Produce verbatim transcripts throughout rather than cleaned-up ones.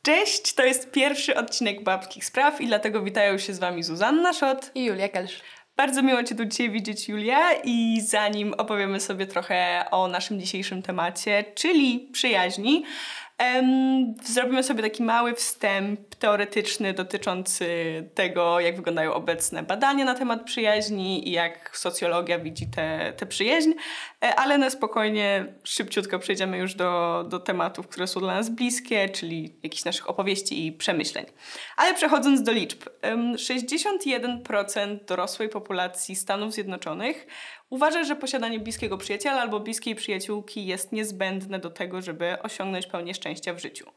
Cześć, to jest pierwszy odcinek Babskich Spraw i dlatego witają się z Wami Zuzanna Szot i Julia Kelsz. Bardzo miło Cię tu dzisiaj widzieć, Julia, i zanim opowiemy sobie trochę o naszym dzisiejszym temacie, czyli przyjaźni, em, zrobimy sobie taki mały wstęp teoretyczny dotyczący tego, jak wyglądają obecne badania na temat przyjaźni i jak socjologia widzi tę przyjaźń, e, ale na spokojnie, szybciutko przejdziemy już do, do tematów, które są dla nas bliskie, czyli jakichś naszych opowieści i przemyśleń. Ale przechodząc do liczb, em, sześćdziesiąt jeden procent dorosłej populacji Stanów Zjednoczonych uważa, że posiadanie bliskiego przyjaciela albo bliskiej przyjaciółki jest niezbędne do tego, żeby osiągnąć pełnię szczęścia w życiu.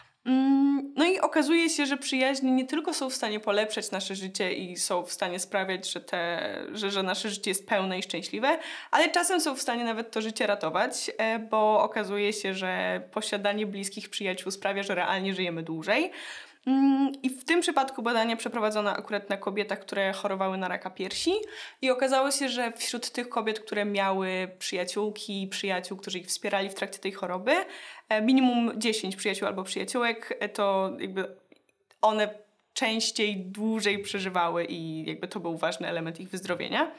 No i okazuje się, że przyjaźnie nie tylko są w stanie polepszać nasze życie i są w stanie sprawiać, że, te, że, że nasze życie jest pełne i szczęśliwe, ale czasem są w stanie nawet to życie ratować, bo okazuje się, że posiadanie bliskich przyjaciół sprawia, że realnie żyjemy dłużej. I w tym przypadku badania przeprowadzono akurat na kobietach, które chorowały na raka piersi i okazało się, że wśród tych kobiet, które miały przyjaciółki, przyjaciół, którzy ich wspierali w trakcie tej choroby, minimum dziesięć przyjaciół albo przyjaciółek, to jakby one częściej, dłużej przeżywały i jakby to był ważny element ich wyzdrowienia.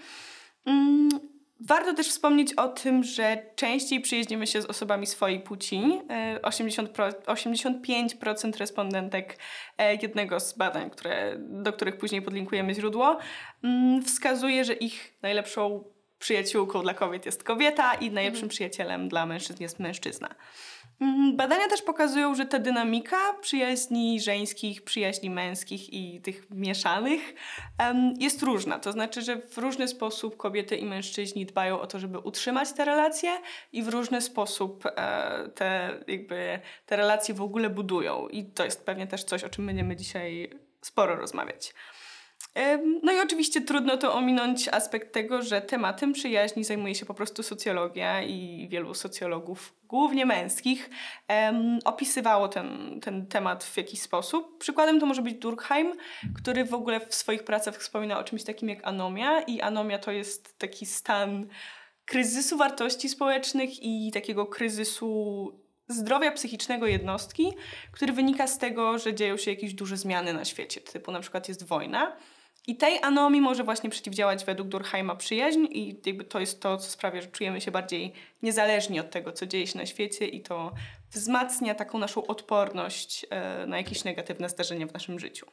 Warto też wspomnieć o tym, że częściej przyjaźnimy się z osobami swojej płci. osiemdziesiąt pięć procent respondentek jednego z badań, które, do których później podlinkujemy źródło, wskazuje, że ich najlepszą przyjaciółką dla kobiet jest kobieta i najlepszym przyjacielem dla mężczyzn jest mężczyzna. Badania też pokazują, że ta dynamika przyjaźni żeńskich, przyjaźni męskich i tych mieszanych um, jest różna. To znaczy, że w różny sposób kobiety i mężczyźni dbają o to, żeby utrzymać te relacje i w różny sposób e, te, jakby, te relacje w ogóle budują. I to jest pewnie też coś, o czym będziemy dzisiaj sporo rozmawiać. No i oczywiście trudno to ominąć aspekt tego, że tematem przyjaźni zajmuje się po prostu socjologia i wielu socjologów, głównie męskich, um, opisywało ten, ten temat w jakiś sposób. Przykładem to może być Durkheim, który w ogóle w swoich pracach wspomina o czymś takim jak anomia i anomia to jest taki stan kryzysu wartości społecznych i takiego kryzysu zdrowia psychicznego jednostki, który wynika z tego, że dzieją się jakieś duże zmiany na świecie, typu na przykład jest wojna. I tej anomii może właśnie przeciwdziałać według Durkheima przyjaźń i jakby to jest to, co sprawia, że czujemy się bardziej niezależni od tego, co dzieje się na świecie i to wzmacnia taką naszą odporność e, na jakieś negatywne zdarzenia w naszym życiu.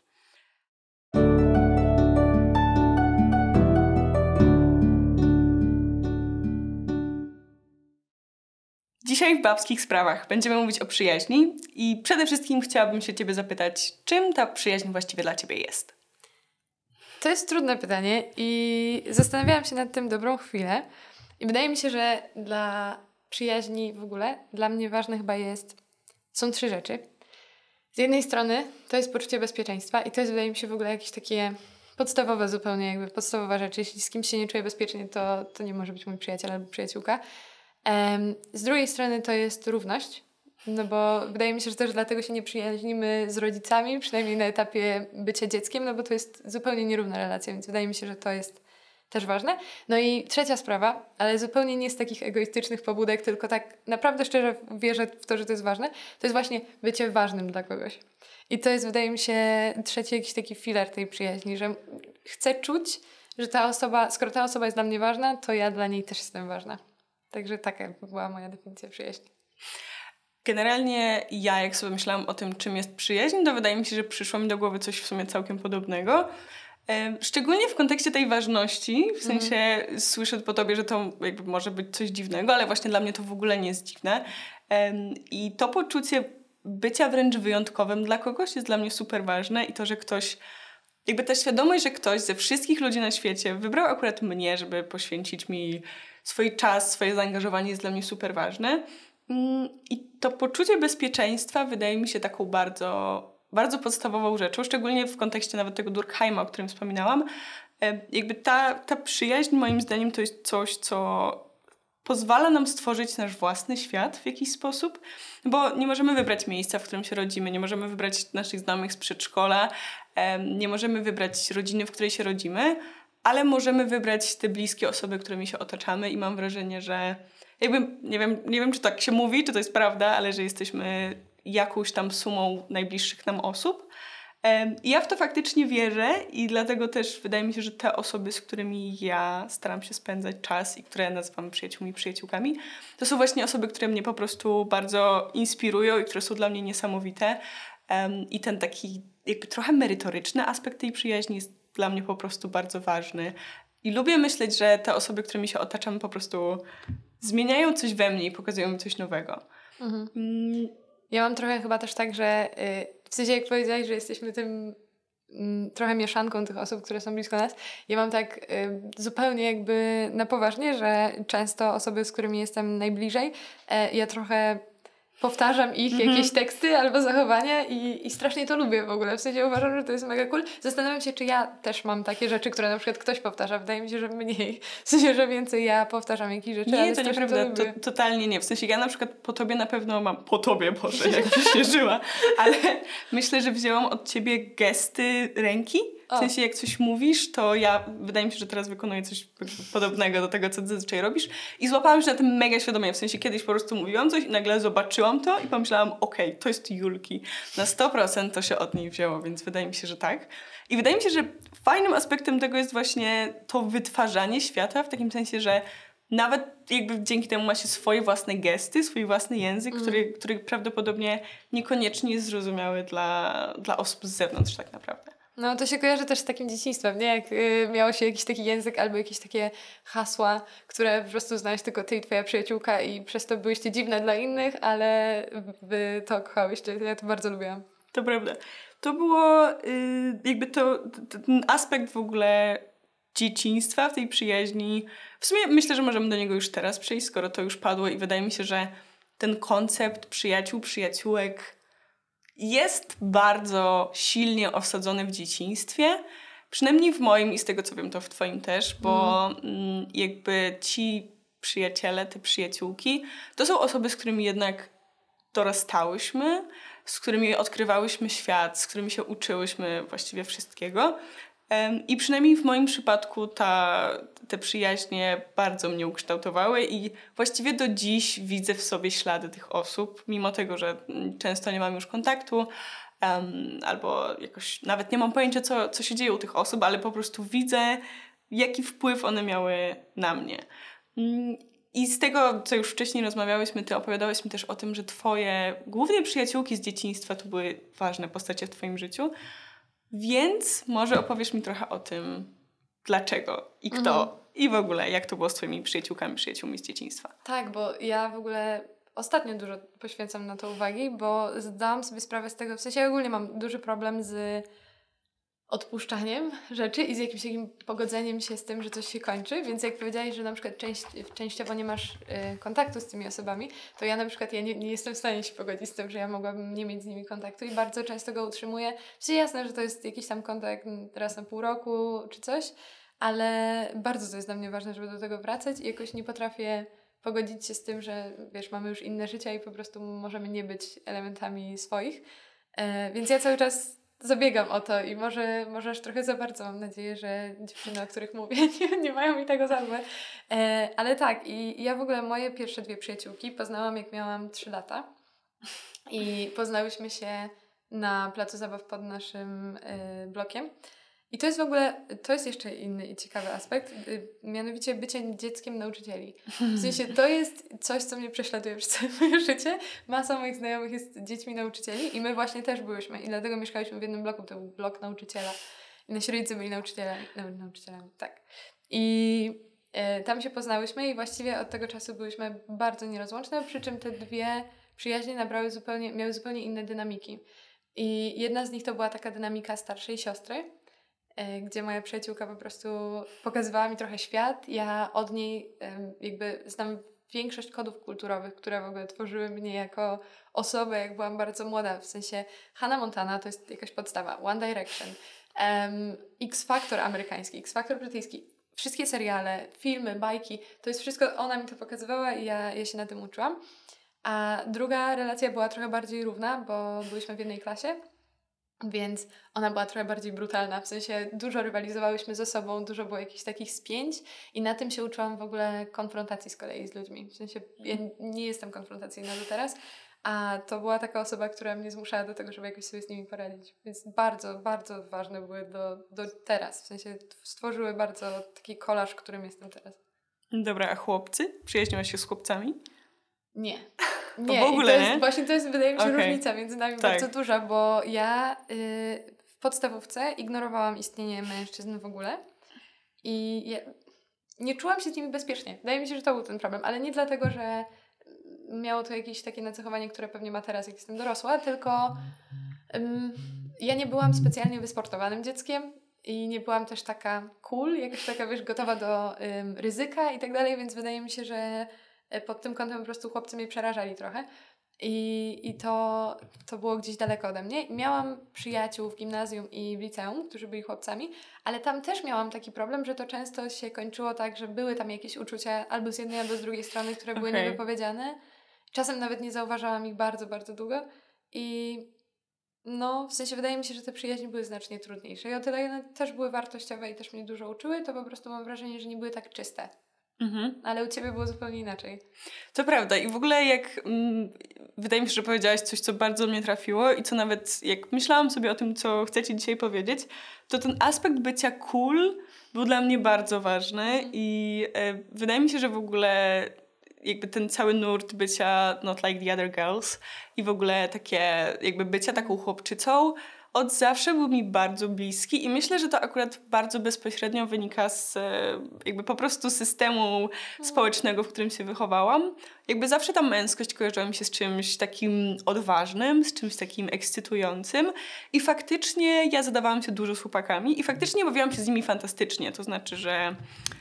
Dzisiaj w Babskich Sprawach będziemy mówić o przyjaźni i przede wszystkim chciałabym się Ciebie zapytać, czym ta przyjaźń właściwie dla Ciebie jest? To jest trudne pytanie i zastanawiałam się nad tym dobrą chwilę i wydaje mi się, że dla przyjaźni w ogóle dla mnie ważne chyba jest, są trzy rzeczy. Z jednej strony to jest poczucie bezpieczeństwa i to jest, wydaje mi się, w ogóle jakieś takie podstawowe zupełnie, jakby podstawowa rzecz. Jeśli z kimś się nie czuję bezpiecznie, to, to nie może być mój przyjaciel albo przyjaciółka. Um, z drugiej strony to jest równość, no bo wydaje mi się, że też dlatego się nie przyjaźnimy z rodzicami, przynajmniej na etapie bycia dzieckiem, no bo to jest zupełnie nierówna relacja, więc wydaje mi się, że to jest też ważne. No i trzecia sprawa, ale zupełnie nie z takich egoistycznych pobudek, tylko tak naprawdę szczerze wierzę w to, że to jest ważne, to jest właśnie bycie ważnym dla kogoś. I to jest, wydaje mi się, trzeci jakiś taki filar tej przyjaźni, że chcę czuć, że ta osoba, skoro ta osoba jest dla mnie ważna, to ja dla niej też jestem ważna. Także taka była moja definicja przyjaźni. Generalnie ja, jak sobie myślałam o tym, czym jest przyjaźń, to wydaje mi się, że przyszło mi do głowy coś w sumie całkiem podobnego. Szczególnie w kontekście tej ważności, w sensie mm. słyszę po tobie, że to jakby może być coś dziwnego, ale właśnie dla mnie to w ogóle nie jest dziwne. I to poczucie bycia wręcz wyjątkowym dla kogoś jest dla mnie super ważne i to, że ktoś, jakby ta świadomość, że ktoś ze wszystkich ludzi na świecie wybrał akurat mnie, żeby poświęcić mi swój czas, swoje zaangażowanie jest dla mnie super ważne. I to poczucie bezpieczeństwa wydaje mi się taką bardzo, bardzo podstawową rzeczą, szczególnie w kontekście nawet tego Durkheima, o którym wspominałam. Jakby ta, ta przyjaźń moim zdaniem to jest coś, co pozwala nam stworzyć nasz własny świat w jakiś sposób, bo nie możemy wybrać miejsca, w którym się rodzimy, nie możemy wybrać naszych znajomych z przedszkola, nie możemy wybrać rodziny, w której się rodzimy, ale możemy wybrać te bliskie osoby, którymi się otaczamy i mam wrażenie, że jakby, nie wiem, nie wiem, czy tak się mówi, czy to jest prawda, ale że jesteśmy jakąś tam sumą najbliższych nam osób. Ja w to faktycznie wierzę i dlatego też wydaje mi się, że te osoby, z którymi ja staram się spędzać czas i które nazywam przyjaciółmi, przyjaciółkami, to są właśnie osoby, które mnie po prostu bardzo inspirują i które są dla mnie niesamowite. I ten taki jakby trochę merytoryczny aspekt tej przyjaźni jest dla mnie po prostu bardzo ważny. I lubię myśleć, że te osoby, którymi się otaczam, po prostu zmieniają coś we mnie i pokazują mi coś nowego. Mhm. Mm. Ja mam trochę chyba też tak, że yy, w sensie jak powiedziałeś, że jesteśmy tym yy, trochę mieszanką tych osób, które są blisko nas, ja mam tak yy, zupełnie jakby na poważnie, że często osoby, z którymi jestem najbliżej, yy, ja trochę powtarzam ich mm-hmm. jakieś teksty albo zachowania i, i strasznie to lubię w ogóle. W sensie uważam, że to jest mega cool. Zastanawiam się, czy ja też mam takie rzeczy, które na przykład ktoś powtarza. Wydaje mi się, że mniej. W sensie, że więcej ja powtarzam jakieś rzeczy. Nie, ale to nieprawda. To, totalnie nie. W sensie ja na przykład po tobie na pewno mam... Po tobie, Boże, jakbyś nie żyła. Ale myślę, że wzięłam od ciebie gesty ręki. W sensie jak coś mówisz, to ja wydaje mi się, że teraz wykonuję coś podobnego do tego, co ty zazwyczaj robisz. I złapałam się na tym mega świadomie. W sensie kiedyś po prostu mówiłam coś i nagle zobaczyłam to i pomyślałam, okej, okay, to jest Julki. Na sto procent to się od niej wzięło, więc wydaje mi się, że tak. I wydaje mi się, że fajnym aspektem tego jest właśnie to wytwarzanie świata w takim sensie, że nawet jakby dzięki temu ma się swoje własne gesty, swój własny język, mm. który, który prawdopodobnie niekoniecznie jest zrozumiały dla, dla osób z zewnątrz tak naprawdę. No to się kojarzy też z takim dzieciństwem, nie? Jak y, miało się jakiś taki język albo jakieś takie hasła, które po prostu znałeś tylko ty i twoja przyjaciółka i przez to byłyście dziwne dla innych, ale wy to kochałyście. Ja to bardzo lubiłam. To prawda. To było y, jakby to, to, ten aspekt w ogóle dzieciństwa w tej przyjaźni. W sumie myślę, że możemy do niego już teraz przejść, skoro to już padło i wydaje mi się, że ten koncept przyjaciół, przyjaciółek jest bardzo silnie osadzony w dzieciństwie, przynajmniej w moim i z tego co wiem to w twoim też, bo mm. jakby ci przyjaciele, te przyjaciółki, to są osoby, z którymi jednak dorastałyśmy, z którymi odkrywałyśmy świat, z którymi się uczyłyśmy właściwie wszystkiego. I przynajmniej w moim przypadku ta, te przyjaźnie bardzo mnie ukształtowały i właściwie do dziś widzę w sobie ślady tych osób, mimo tego, że często nie mam już kontaktu um, albo jakoś nawet nie mam pojęcia, co, co się dzieje u tych osób, ale po prostu widzę, jaki wpływ one miały na mnie. I z tego, co już wcześniej rozmawiałyśmy, ty opowiadałeś mi też o tym, że twoje głównie przyjaciółki z dzieciństwa to były ważne postacie w twoim życiu. Więc może opowiesz mi trochę o tym, dlaczego i kto mhm. i w ogóle jak to było z twoimi przyjaciółkami, przyjaciółmi z dzieciństwa. Tak, bo ja w ogóle ostatnio dużo poświęcam na to uwagi, bo zdałam sobie sprawę z tego, w sensie ja ogólnie mam duży problem z odpuszczaniem rzeczy i z jakimś takim pogodzeniem się z tym, że coś się kończy, więc jak powiedziałeś, że na przykład część, częściowo nie masz y, kontaktu z tymi osobami, to ja na przykład ja nie, nie jestem w stanie się pogodzić z tym, że ja mogłabym nie mieć z nimi kontaktu i bardzo często go utrzymuję. Przecież jasne, że to jest jakiś tam kontakt raz na pół roku czy coś, ale bardzo to jest dla mnie ważne, żeby do tego wracać i jakoś nie potrafię pogodzić się z tym, że wiesz, mamy już inne życia i po prostu możemy nie być elementami swoich. Y, więc ja cały czas zabiegam o to i może, może aż trochę za bardzo mam nadzieję, że dziewczyny, o których mówię, nie, nie mają mi tego za złe. E, ale tak, i ja w ogóle moje pierwsze dwie przyjaciółki poznałam jak miałam trzy lata i poznałyśmy się na placu zabaw pod naszym y, blokiem. I to jest w ogóle, to jest jeszcze inny i ciekawy aspekt, y, mianowicie bycie dzieckiem nauczycieli. W sensie to jest coś, co mnie prześladuje przez całe moje życie. Masa moich znajomych jest dziećmi nauczycieli i my właśnie też byłyśmy i dlatego mieszkałyśmy w jednym bloku, to był blok nauczyciela i nasi rodzice byli nauczycielami, no, nauczycielami, tak. I y, tam się poznałyśmy i właściwie od tego czasu byłyśmy bardzo nierozłączne, przy czym te dwie przyjaźnie nabrały zupełnie, miały zupełnie inne dynamiki. I jedna z nich to była taka dynamika starszej siostry, gdzie moja przyjaciółka po prostu pokazywała mi trochę świat. Ja od niej jakby znam większość kodów kulturowych, które w ogóle tworzyły mnie jako osobę, jak byłam bardzo młoda. W sensie Hannah Montana to jest jakaś podstawa, One Direction, um, X-Factor amerykański, X-Factor brytyjski. Wszystkie seriale, filmy, bajki, to jest wszystko, ona mi to pokazywała i ja, ja się na tym uczyłam. A druga relacja była trochę bardziej równa, bo byliśmy w jednej klasie. Więc ona była trochę bardziej brutalna, w sensie dużo rywalizowałyśmy ze sobą, dużo było jakichś takich spięć i na tym się uczyłam w ogóle konfrontacji z kolei z ludźmi. W sensie ja nie jestem konfrontacyjna do teraz, a to była taka osoba, która mnie zmuszała do tego, żeby jakoś sobie z nimi poradzić. Więc bardzo, bardzo ważne były do, do teraz. W sensie stworzyły bardzo taki kolaż, którym jestem teraz. Dobra, a chłopcy? Przyjaźniłaś się z chłopcami? Nie. Nie, w ogóle i to jest, nie? właśnie to jest, wydaje mi się, okay. różnica między nami tak. bardzo duża, bo ja y, w podstawówce ignorowałam istnienie mężczyzn w ogóle i ja nie czułam się z nimi bezpiecznie. Wydaje mi się, że to był ten problem, ale nie dlatego, że miało to jakieś takie nacechowanie, które pewnie ma teraz, jak jestem dorosła, tylko um, ja nie byłam specjalnie wysportowanym dzieckiem i nie byłam też taka cool, jakaś taka, wiesz, gotowa do um, ryzyka i tak dalej, więc wydaje mi się, że pod tym kątem po prostu chłopcy mnie przerażali trochę. I, i to, to było gdzieś daleko ode mnie. Miałam przyjaciół w gimnazjum i w liceum, którzy byli chłopcami, ale tam też miałam taki problem, że to często się kończyło tak, że były tam jakieś uczucia albo z jednej, albo z drugiej strony, które były okay. niewypowiedziane. Czasem nawet nie zauważałam ich bardzo, bardzo długo i no, w sensie wydaje mi się, że te przyjaźnie były znacznie trudniejsze i o tyle one też były wartościowe i też mnie dużo uczyły, to po prostu mam wrażenie, że nie były tak czyste. Mhm. Ale u Ciebie było zupełnie inaczej. To prawda i w ogóle jak mm, wydaje mi się, że powiedziałaś coś, co bardzo mnie trafiło i co nawet jak myślałam sobie o tym, co chcę Ci dzisiaj powiedzieć, to ten aspekt bycia cool był dla mnie bardzo ważny mhm. i e, wydaje mi się, że w ogóle jakby ten cały nurt bycia not like the other girls i w ogóle takie jakby bycia taką chłopczycą od zawsze był mi bardzo bliski i myślę, że to akurat bardzo bezpośrednio wynika z jakby po prostu systemu społecznego, w którym się wychowałam. Jakby zawsze ta męskość kojarzyła mi się z czymś takim odważnym, z czymś takim ekscytującym i faktycznie ja zadawałam się dużo z chłopakami i faktycznie bawiłam się z nimi fantastycznie. To znaczy, że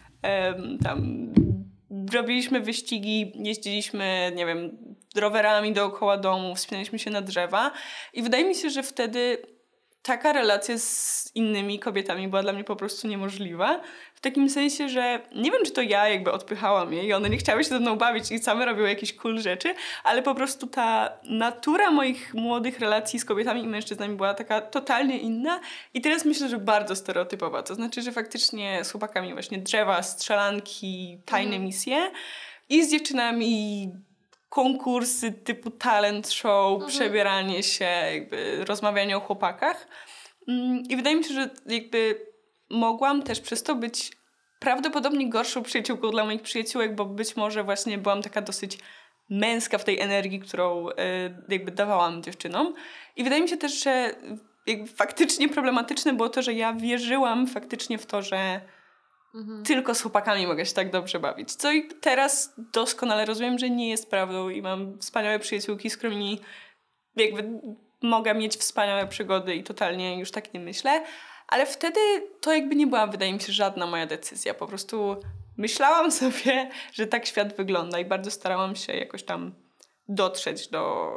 um, tam robiliśmy wyścigi, jeździliśmy, nie wiem, rowerami dookoła domu, wspinaliśmy się na drzewa i wydaje mi się, że wtedy taka relacja z innymi kobietami była dla mnie po prostu niemożliwa. W takim sensie, że nie wiem, czy to ja jakby odpychałam je i one nie chciały się ze mną bawić i same robiły jakieś cool rzeczy, ale po prostu ta natura moich młodych relacji z kobietami i mężczyznami była taka totalnie inna i teraz myślę, że bardzo stereotypowa. To znaczy, że faktycznie z chłopakami właśnie drzewa, strzelanki, tajne mhm. misje i z dziewczynami konkursy typu talent show, mhm. przebieranie się, jakby rozmawianie o chłopakach. I wydaje mi się, że jakby mogłam też przez to być prawdopodobnie gorszą przyjaciółką dla moich przyjaciółek, bo być może właśnie byłam taka dosyć męska w tej energii, którą jakby dawałam dziewczynom. I wydaje mi się też, że jakby faktycznie problematyczne było to, że ja wierzyłam faktycznie w to, że Mhm. tylko z chłopakami mogę się tak dobrze bawić. Co i teraz doskonale rozumiem, że nie jest prawdą i mam wspaniałe przyjaciółki, z którymi jakby mogę mieć wspaniałe przygody i totalnie już tak nie myślę. Ale wtedy to jakby nie była, wydaje mi się, żadna moja decyzja. Po prostu myślałam sobie, że tak świat wygląda i bardzo starałam się jakoś tam dotrzeć do,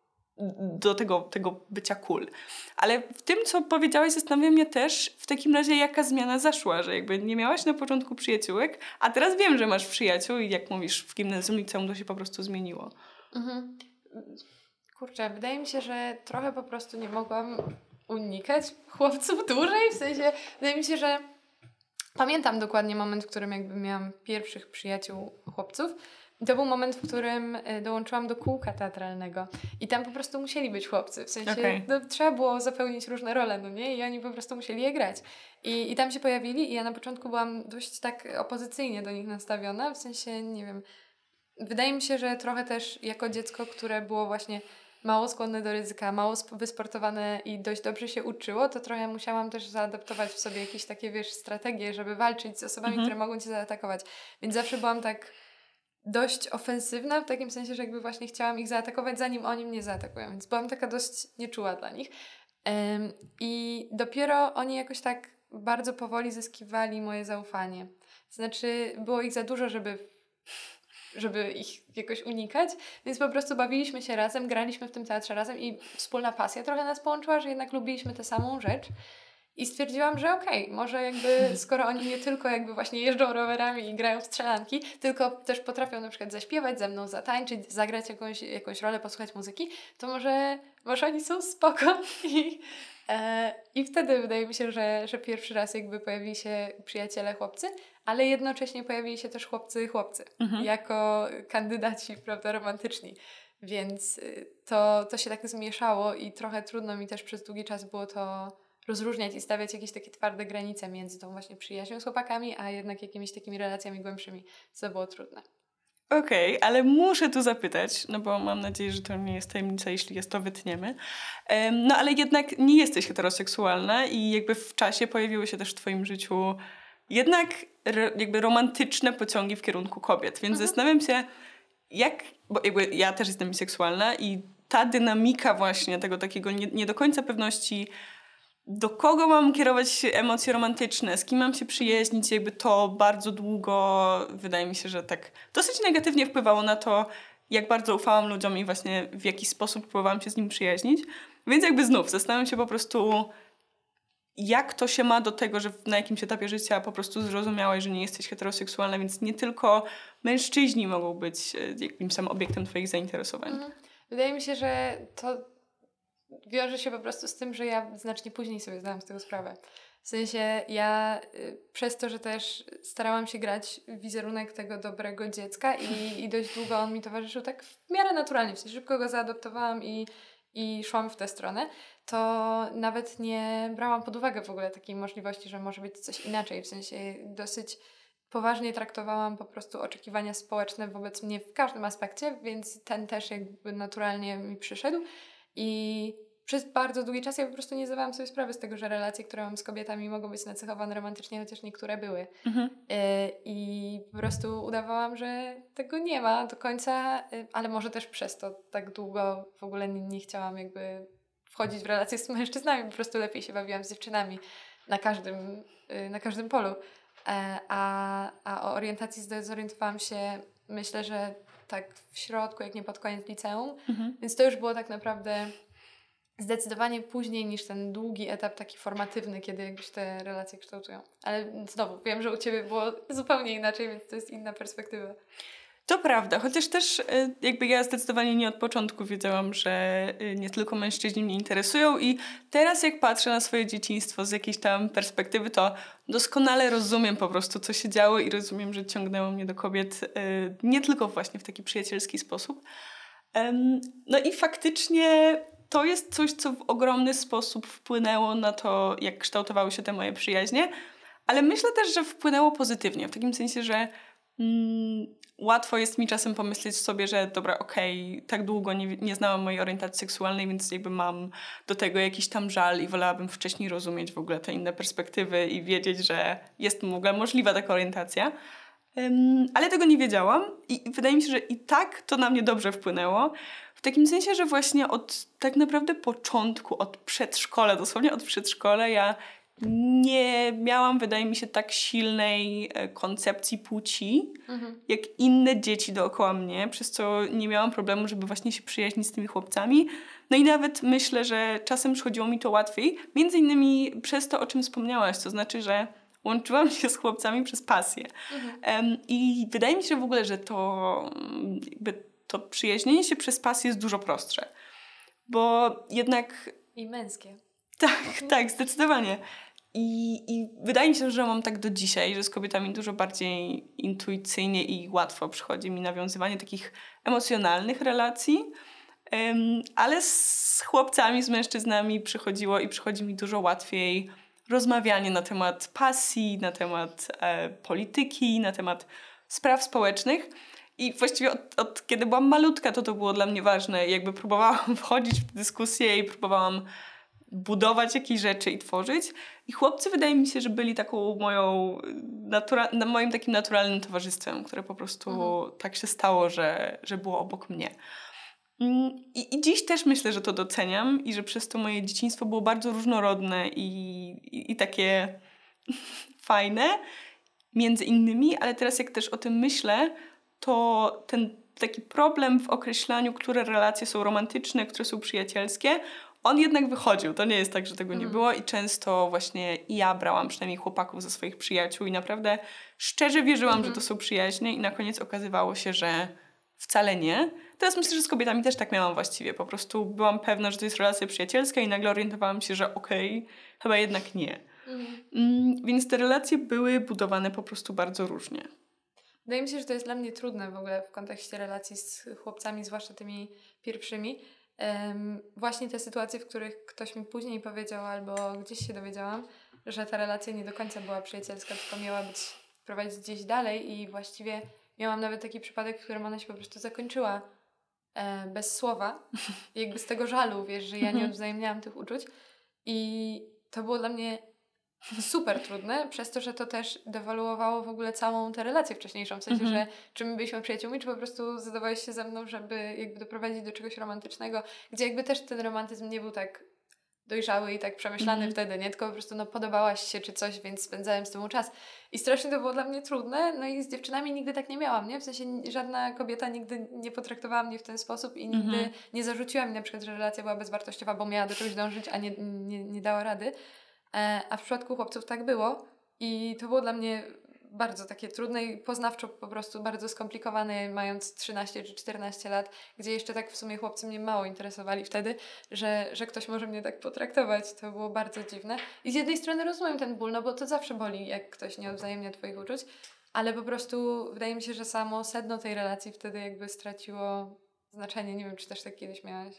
do tego, tego bycia cool. Ale w tym, co powiedziałaś, zastanawia mnie też w takim razie, jaka zmiana zaszła, że jakby nie miałaś na początku przyjaciółek, a teraz wiem, że masz przyjaciół i jak mówisz, w gimnazjum, liceum to się po prostu zmieniło. Mhm. Kurczę, wydaje mi się, że trochę po prostu nie mogłam unikać chłopców dłużej, w sensie wydaje mi się, że pamiętam dokładnie moment, w którym jakby miałam pierwszych przyjaciół chłopców. I to był moment, w którym dołączyłam do kółka teatralnego i tam po prostu musieli być chłopcy, w sensie okay. no, trzeba było zapełnić różne role, no nie? I oni po prostu musieli je grać. I, I tam się pojawili i ja na początku byłam dość tak opozycyjnie do nich nastawiona, w sensie, nie wiem, wydaje mi się, że trochę też jako dziecko, które było właśnie mało skłonne do ryzyka, mało wysportowane i dość dobrze się uczyło, to trochę musiałam też zaadaptować w sobie jakieś takie, wiesz, strategie, żeby walczyć z osobami, mhm. które mogą cię zaatakować. Więc zawsze byłam tak dość ofensywna, w takim sensie, że jakby właśnie chciałam ich zaatakować, zanim oni mnie zaatakują. Więc byłam taka dość nieczuła dla nich. Um, I dopiero oni jakoś tak bardzo powoli zyskiwali moje zaufanie. Znaczy, było ich za dużo, żeby żeby ich jakoś unikać, więc po prostu bawiliśmy się razem, graliśmy w tym teatrze razem i wspólna pasja trochę nas połączyła, że jednak lubiliśmy tę samą rzecz i stwierdziłam, że okej, okay, może jakby skoro oni nie tylko jakby właśnie jeżdżą rowerami i grają w strzelanki, tylko też potrafią na przykład zaśpiewać ze mną, zatańczyć, zagrać jakąś, jakąś rolę, posłuchać muzyki, to może, może oni są spoko i, e, i wtedy wydaje mi się, że, że pierwszy raz jakby pojawili się przyjaciele chłopcy, ale jednocześnie pojawili się też chłopcy chłopcy, mhm. jako kandydaci, prawda, romantyczni. Więc y, to, to się tak zmieszało i trochę trudno mi też przez długi czas było to rozróżniać i stawiać jakieś takie twarde granice między tą właśnie przyjaźnią z chłopakami, a jednak jakimiś takimi relacjami głębszymi, co było trudne. Okej, okay, ale muszę tu zapytać, no bo mam nadzieję, że to nie jest tajemnica, jeśli jest, to wytniemy. Um, no ale jednak nie jesteś heteroseksualna i jakby w czasie pojawiły się też w twoim życiu jednak re, jakby romantyczne pociągi w kierunku kobiet, więc mhm. zastanawiam się, jak, bo jakby ja też jestem biseksualna i ta dynamika właśnie tego takiego nie, nie do końca pewności, do kogo mam kierować emocje romantyczne, z kim mam się przyjaźnić, jakby to bardzo długo, wydaje mi się, że tak dosyć negatywnie wpływało na to, jak bardzo ufałam ludziom i właśnie w jaki sposób próbowałam się z nimi przyjaźnić. Więc jakby znów zastanawiam się po prostu, jak to się ma do tego, że na jakimś etapie życia po prostu zrozumiałaś, że nie jesteś heteroseksualna, więc nie tylko mężczyźni mogą być jakimś tam obiektem twoich zainteresowań. Mhm. Wydaje mi się, że to wiąże się po prostu z tym, że ja znacznie później sobie zdałam z tego sprawę. W sensie ja y, przez to, że też starałam się grać wizerunek tego dobrego dziecka i, i dość długo on mi towarzyszył tak w miarę naturalnie, w sensie szybko go zaadoptowałam i, i szłam w tę stronę, to nawet nie brałam pod uwagę w ogóle takiej możliwości, że może być coś inaczej. W sensie dosyć poważnie traktowałam po prostu oczekiwania społeczne wobec mnie w każdym aspekcie, więc ten też jakby naturalnie mi przyszedł. I przez bardzo długi czas ja po prostu nie zdawałam sobie sprawy z tego, że relacje, które mam z kobietami, mogą być nacechowane romantycznie, chociaż niektóre były. Mhm. Y- I po prostu udawałam, że tego nie ma do końca, y- ale może też przez to tak długo w ogóle nie, nie chciałam jakby wchodzić w relacje z mężczyznami, po prostu lepiej się bawiłam z dziewczynami na każdym, y- na każdym polu. E- a, a o orientacji zorientowałam się, myślę, że tak w środku, jak nie pod koniec liceum, mhm. więc to już było tak naprawdę zdecydowanie później niż ten długi etap taki formatywny, kiedy już te relacje kształtują. Ale znowu, wiem, że u Ciebie było zupełnie inaczej, więc to jest inna perspektywa. To prawda, chociaż też jakby ja zdecydowanie nie od początku wiedziałam, że nie tylko mężczyźni mnie interesują i teraz jak patrzę na swoje dzieciństwo z jakiejś tam perspektywy, to doskonale rozumiem po prostu, co się działo i rozumiem, że ciągnęło mnie do kobiet nie tylko właśnie w taki przyjacielski sposób. No i faktycznie to jest coś, co w ogromny sposób wpłynęło na to, jak kształtowały się te moje przyjaźnie, ale myślę też, że wpłynęło pozytywnie, w takim sensie, że mm, łatwo jest mi czasem pomyśleć sobie, że dobra, okej, okay, tak długo nie, nie znałam mojej orientacji seksualnej, więc jakby mam do tego jakiś tam żal i wolałabym wcześniej rozumieć w ogóle te inne perspektywy i wiedzieć, że jest w ogóle możliwa taka orientacja. Um, ale tego nie wiedziałam i wydaje mi się, że i tak to na mnie dobrze wpłynęło. W takim sensie, że właśnie od tak naprawdę początku, od przedszkola, dosłownie od przedszkola ja nie miałam, wydaje mi się, tak silnej koncepcji płci, mhm. jak inne dzieci dookoła mnie, przez co nie miałam problemu, żeby właśnie się przyjaźnić z tymi chłopcami. No i nawet myślę, że czasem przychodziło mi to łatwiej, między innymi przez to, o czym wspomniałaś, to znaczy, że łączyłam się z chłopcami przez pasję. Mhm. Um, I wydaje mi się w ogóle, że to jakby to przyjaźnienie się przez pasję jest dużo prostsze. Bo jednak... I męskie. Tak, tak, zdecydowanie. I, I wydaje mi się, że mam tak do dzisiaj, że z kobietami dużo bardziej intuicyjnie i łatwo przychodzi mi nawiązywanie takich emocjonalnych relacji. Um, ale z chłopcami, z mężczyznami przychodziło i przychodzi mi dużo łatwiej rozmawianie na temat pasji, na temat e, polityki, na temat spraw społecznych. I właściwie od, od kiedy byłam malutka, to to było dla mnie ważne. Jakby próbowałam wchodzić w dyskusję i próbowałam budować jakieś rzeczy i tworzyć. I chłopcy, wydaje mi się, że byli taką moją natura- moim takim naturalnym towarzystwem, które po prostu mhm. tak się stało, że, że było obok mnie. I, I dziś też myślę, że to doceniam i że przez to moje dzieciństwo było bardzo różnorodne i, i, i takie fajne między innymi, ale teraz jak też o tym myślę, to ten taki problem w określaniu, które relacje są romantyczne, które są przyjacielskie, on jednak wychodził. To nie jest tak, że tego nie było i często właśnie ja brałam przynajmniej chłopaków ze swoich przyjaciół i naprawdę szczerze wierzyłam, mhm. że to są przyjaźnie i na koniec okazywało się, że wcale nie. Teraz myślę, że z kobietami też tak miałam właściwie. Po prostu byłam pewna, że to jest relacja przyjacielska i nagle orientowałam się, że okej, okay, chyba jednak nie. Mhm. Mm, więc te relacje były budowane po prostu bardzo różnie. Wydaje mi się, że to jest dla mnie trudne w ogóle w kontekście relacji z chłopcami, zwłaszcza tymi pierwszymi. Um, właśnie te sytuacje, w których ktoś mi później powiedział albo gdzieś się dowiedziałam, że ta relacja nie do końca była przyjacielska, tylko miała być, prowadzić gdzieś dalej i właściwie miałam nawet taki przypadek, w którym ona się po prostu zakończyła e, bez słowa. Jakby z tego żalu, wiesz, że ja nie odwzajemniałam tych uczuć. I to było dla mnie super trudne, przez to, że to też dewaluowało w ogóle całą tę relację wcześniejszą. W sensie, Mhm. że czy my byliśmy przyjaciółmi, czy po prostu zadawałeś się ze mną, żeby jakby doprowadzić do czegoś romantycznego, gdzie jakby też ten romantyzm nie był tak dojrzały i tak przemyślany Mhm. wtedy, nie? Tylko po prostu no podobałaś się czy coś, więc spędzałem z tobą czas. I strasznie to było dla mnie trudne, no i z dziewczynami nigdy tak nie miałam, nie? W sensie żadna kobieta nigdy nie potraktowała mnie w ten sposób i nigdy Mhm. nie zarzuciła mi na przykład, że relacja była bezwartościowa, bo miała do czegoś dążyć, a nie, nie, nie dała rady. E, a w przypadku chłopców tak było i to było dla mnie bardzo takie trudne i poznawczo po prostu bardzo skomplikowane, mając trzynaście czy czternaście lat, gdzie jeszcze tak w sumie chłopcy mnie mało interesowali wtedy, że, że ktoś może mnie tak potraktować. To było bardzo dziwne. I z jednej strony rozumiem ten ból, no bo to zawsze boli, jak ktoś nie odwzajemnia twoich uczuć, ale po prostu wydaje mi się, że samo sedno tej relacji wtedy jakby straciło znaczenie. Nie wiem, czy też tak kiedyś miałaś.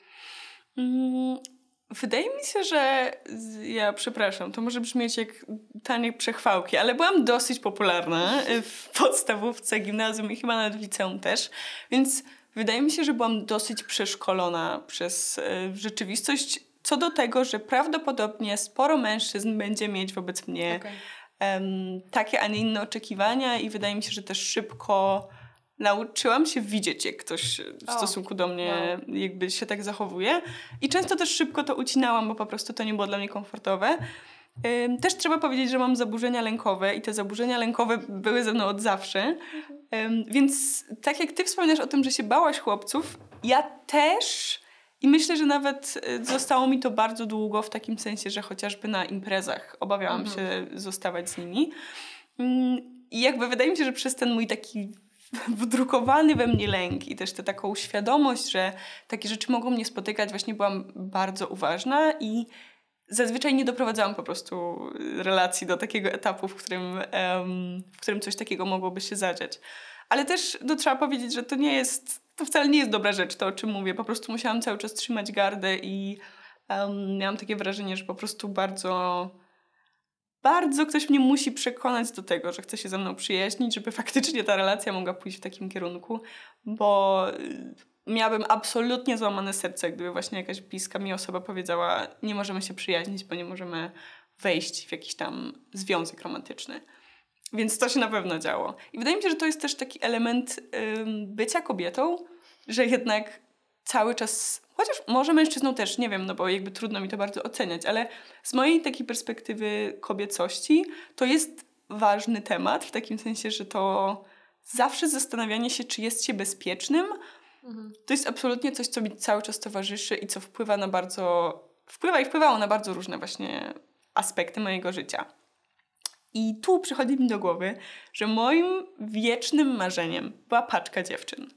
Mm, wydaje mi się, że z- ja przepraszam, to może brzmieć jak tanie przechwałki, ale byłam dosyć popularna w podstawówce, gimnazjum i chyba nawet w liceum też, więc wydaje mi się, że byłam dosyć przeszkolona przez e, rzeczywistość co do tego, że prawdopodobnie sporo mężczyzn będzie mieć wobec mnie Okej. em, takie, a nie inne oczekiwania i wydaje mi się, że też szybko nauczyłam się widzieć, jak ktoś w O, stosunku do mnie wow. jakby się tak zachowuje. I często też szybko to ucinałam, bo po prostu to nie było dla mnie komfortowe. Ym, Też trzeba powiedzieć, że mam zaburzenia lękowe i te zaburzenia lękowe były ze mną od zawsze. Ym, Więc tak jak ty wspominasz o tym, że się bałaś chłopców, ja też i myślę, że nawet y, zostało mi to bardzo długo w takim sensie, że chociażby na imprezach obawiałam Mhm. się zostawać z nimi. Ym, I jakby wydaje mi się, że przez ten mój taki wdrukowany we mnie lęk i też tę taką świadomość, że takie rzeczy mogą mnie spotykać, właśnie byłam bardzo uważna i zazwyczaj nie doprowadzałam po prostu relacji do takiego etapu, w którym, em, w którym coś takiego mogłoby się zadziać. Ale też no, trzeba powiedzieć, że to nie jest, to wcale nie jest dobra rzecz, to o czym mówię. Po prostu musiałam cały czas trzymać gardę i em, miałam takie wrażenie, że po prostu bardzo bardzo ktoś mnie musi przekonać do tego, że chce się ze mną przyjaźnić, żeby faktycznie ta relacja mogła pójść w takim kierunku, bo y, miałabym absolutnie złamane serce, gdyby właśnie jakaś bliska mi osoba powiedziała, nie możemy się przyjaźnić, bo nie możemy wejść w jakiś tam związek romantyczny. Więc to się na pewno działo. I wydaje mi się, że to jest też taki element ym, bycia kobietą, że jednak cały czas, chociaż może mężczyzną też, nie wiem, no bo jakby trudno mi to bardzo oceniać, ale z mojej takiej perspektywy kobiecości to jest ważny temat, w takim sensie, że to zawsze zastanawianie się, czy jest się bezpiecznym, Mhm. to jest absolutnie coś, co mi cały czas towarzyszy i co wpływa na bardzo, wpływa i wpływało na bardzo różne właśnie aspekty mojego życia. I tu przychodzi mi do głowy, że moim wiecznym marzeniem była paczka dziewczyn.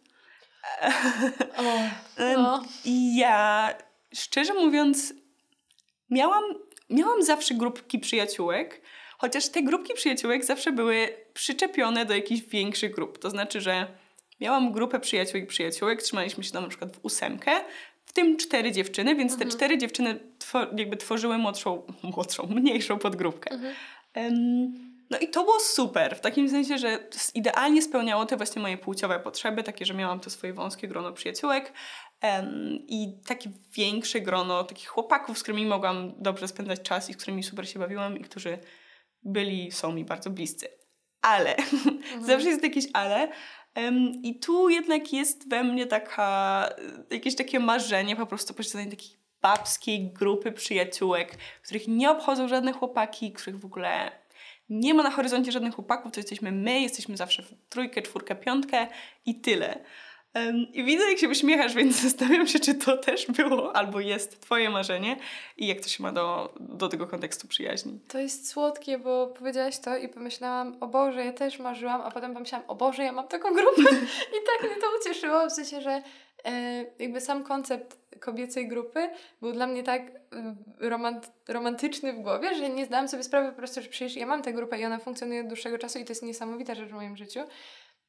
O, no. I ja, szczerze mówiąc, miałam, miałam zawsze grupki przyjaciółek, chociaż te grupki przyjaciółek zawsze były przyczepione do jakichś większych grup. To znaczy, że miałam grupę przyjaciół i przyjaciółek, trzymaliśmy się tam na przykład w ósemkę, w tym cztery dziewczyny, więc te cztery dziewczyny two, jakby tworzyły młodszą, młodszą, mniejszą podgrupkę. Mhm. Um, no i to było super, w takim sensie, że idealnie spełniało te właśnie moje płciowe potrzeby, takie, że miałam to swoje wąskie grono przyjaciółek um, i takie większe grono takich chłopaków, z którymi mogłam dobrze spędzać czas i z którymi super się bawiłam i którzy byli, są mi bardzo bliscy. Ale, mhm. zawsze jest jakieś ale um, i tu jednak jest we mnie taka, jakieś takie marzenie po prostu posiadania takiej babskiej grupy przyjaciółek, których nie obchodzą żadne chłopaki, których w ogóle nie ma na horyzoncie żadnych chłopaków, to jesteśmy my, jesteśmy zawsze w trójkę, czwórkę, piątkę i tyle. Um, I widzę, jak się uśmiechasz, więc zastanawiam się, czy to też było albo jest twoje marzenie i jak to się ma do, do tego kontekstu przyjaźni. To jest słodkie, bo powiedziałaś to i pomyślałam, o Boże, ja też marzyłam, a potem pomyślałam, o Boże, ja mam taką grupę i tak mnie to ucieszyło, w sensie, że e, jakby sam koncept kobiecej grupy był dla mnie tak romant- romantyczny w głowie, że nie zdałam sobie sprawy po prostu, że przecież ja mam tę grupę i ona funkcjonuje od dłuższego czasu i to jest niesamowita rzecz w moim życiu.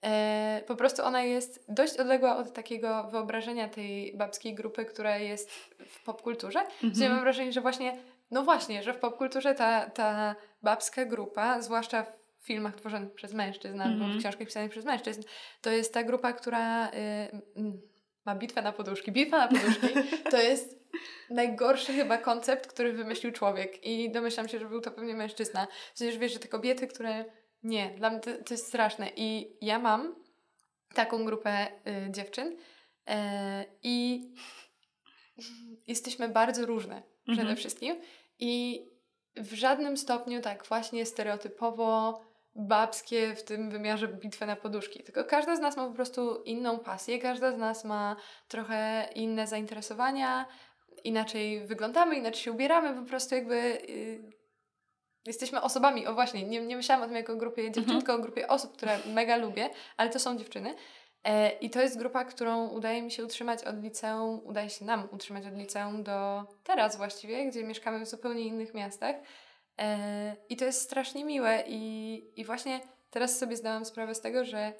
E, po prostu ona jest dość odległa od takiego wyobrażenia tej babskiej grupy, która jest w popkulturze. Mhm. Mam wrażenie, że właśnie, no właśnie, że w popkulturze ta, ta babska grupa, zwłaszcza w filmach tworzonych przez mężczyzn albo Mhm. w książkach pisanych przez mężczyzn, to jest ta grupa, która y, y, ma bitwę na poduszki. Bitwa na poduszki to jest najgorszy chyba koncept, który wymyślił człowiek i domyślam się, że był to pewnie mężczyzna. Przecież wiesz, że te kobiety, które... Nie, dla mnie to, to jest straszne i ja mam taką grupę y, dziewczyn y, i jesteśmy bardzo różne przede mhm. wszystkim i w żadnym stopniu tak właśnie stereotypowo babskie w tym wymiarze bitwy na poduszki. Tylko każda z nas ma po prostu inną pasję, każda z nas ma trochę inne zainteresowania, inaczej wyglądamy, inaczej się ubieramy, po prostu jakby y, jesteśmy osobami, o właśnie, nie, nie myślałam o tym jako o grupie dziewczyn, mhm. tylko o grupie osób, które mega lubię, ale to są dziewczyny. E, I to jest grupa, którą udaje mi się utrzymać od liceum, udaje się nam utrzymać od liceum do teraz właściwie, gdzie mieszkamy w zupełnie innych miastach. E, I to jest strasznie miłe i, i właśnie teraz sobie zdałam sprawę z tego, że,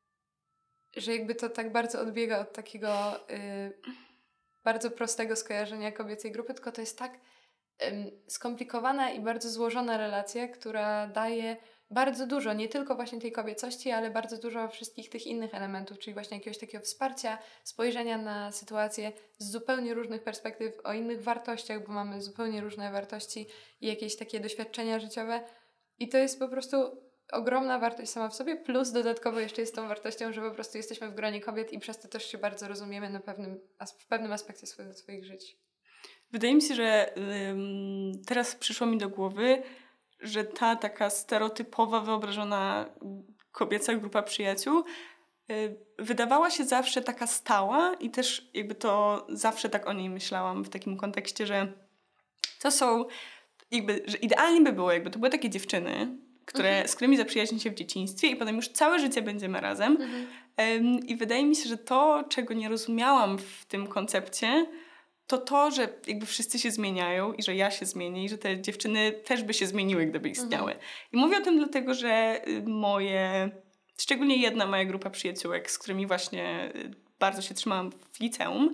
że jakby to tak bardzo odbiega od takiego y, bardzo prostego skojarzenia kobiecej grupy, tylko to jest tak y, skomplikowana i bardzo złożona relacja, która daje bardzo dużo, nie tylko właśnie tej kobiecości, ale bardzo dużo wszystkich tych innych elementów, czyli właśnie jakiegoś takiego wsparcia, spojrzenia na sytuację z zupełnie różnych perspektyw, o innych wartościach, bo mamy zupełnie różne wartości i jakieś takie doświadczenia życiowe i to jest po prostu ogromna wartość sama w sobie, plus dodatkowo jeszcze jest tą wartością, że po prostu jesteśmy w gronie kobiet i przez to też się bardzo rozumiemy na pewnym, w pewnym aspekcie swoich, swoich żyć. Wydaje mi się, że ym, teraz przyszło mi do głowy, że ta taka stereotypowa, wyobrażona kobieca grupa przyjaciół y, wydawała się zawsze taka stała i też jakby to zawsze tak o niej myślałam w takim kontekście, że to są jakby, że idealnie by było, jakby to były takie dziewczyny, które, mhm. z którymi zaprzyjaźni się w dzieciństwie i potem już całe życie będziemy razem. Mhm. Ym, I wydaje mi się, że to, czego nie rozumiałam w tym koncepcie, to to, że jakby wszyscy się zmieniają i że ja się zmienię i że te dziewczyny też by się zmieniły, gdyby istniały. Mhm. I mówię o tym dlatego, że moje, szczególnie jedna moja grupa przyjaciółek, z którymi właśnie bardzo się trzymałam w liceum,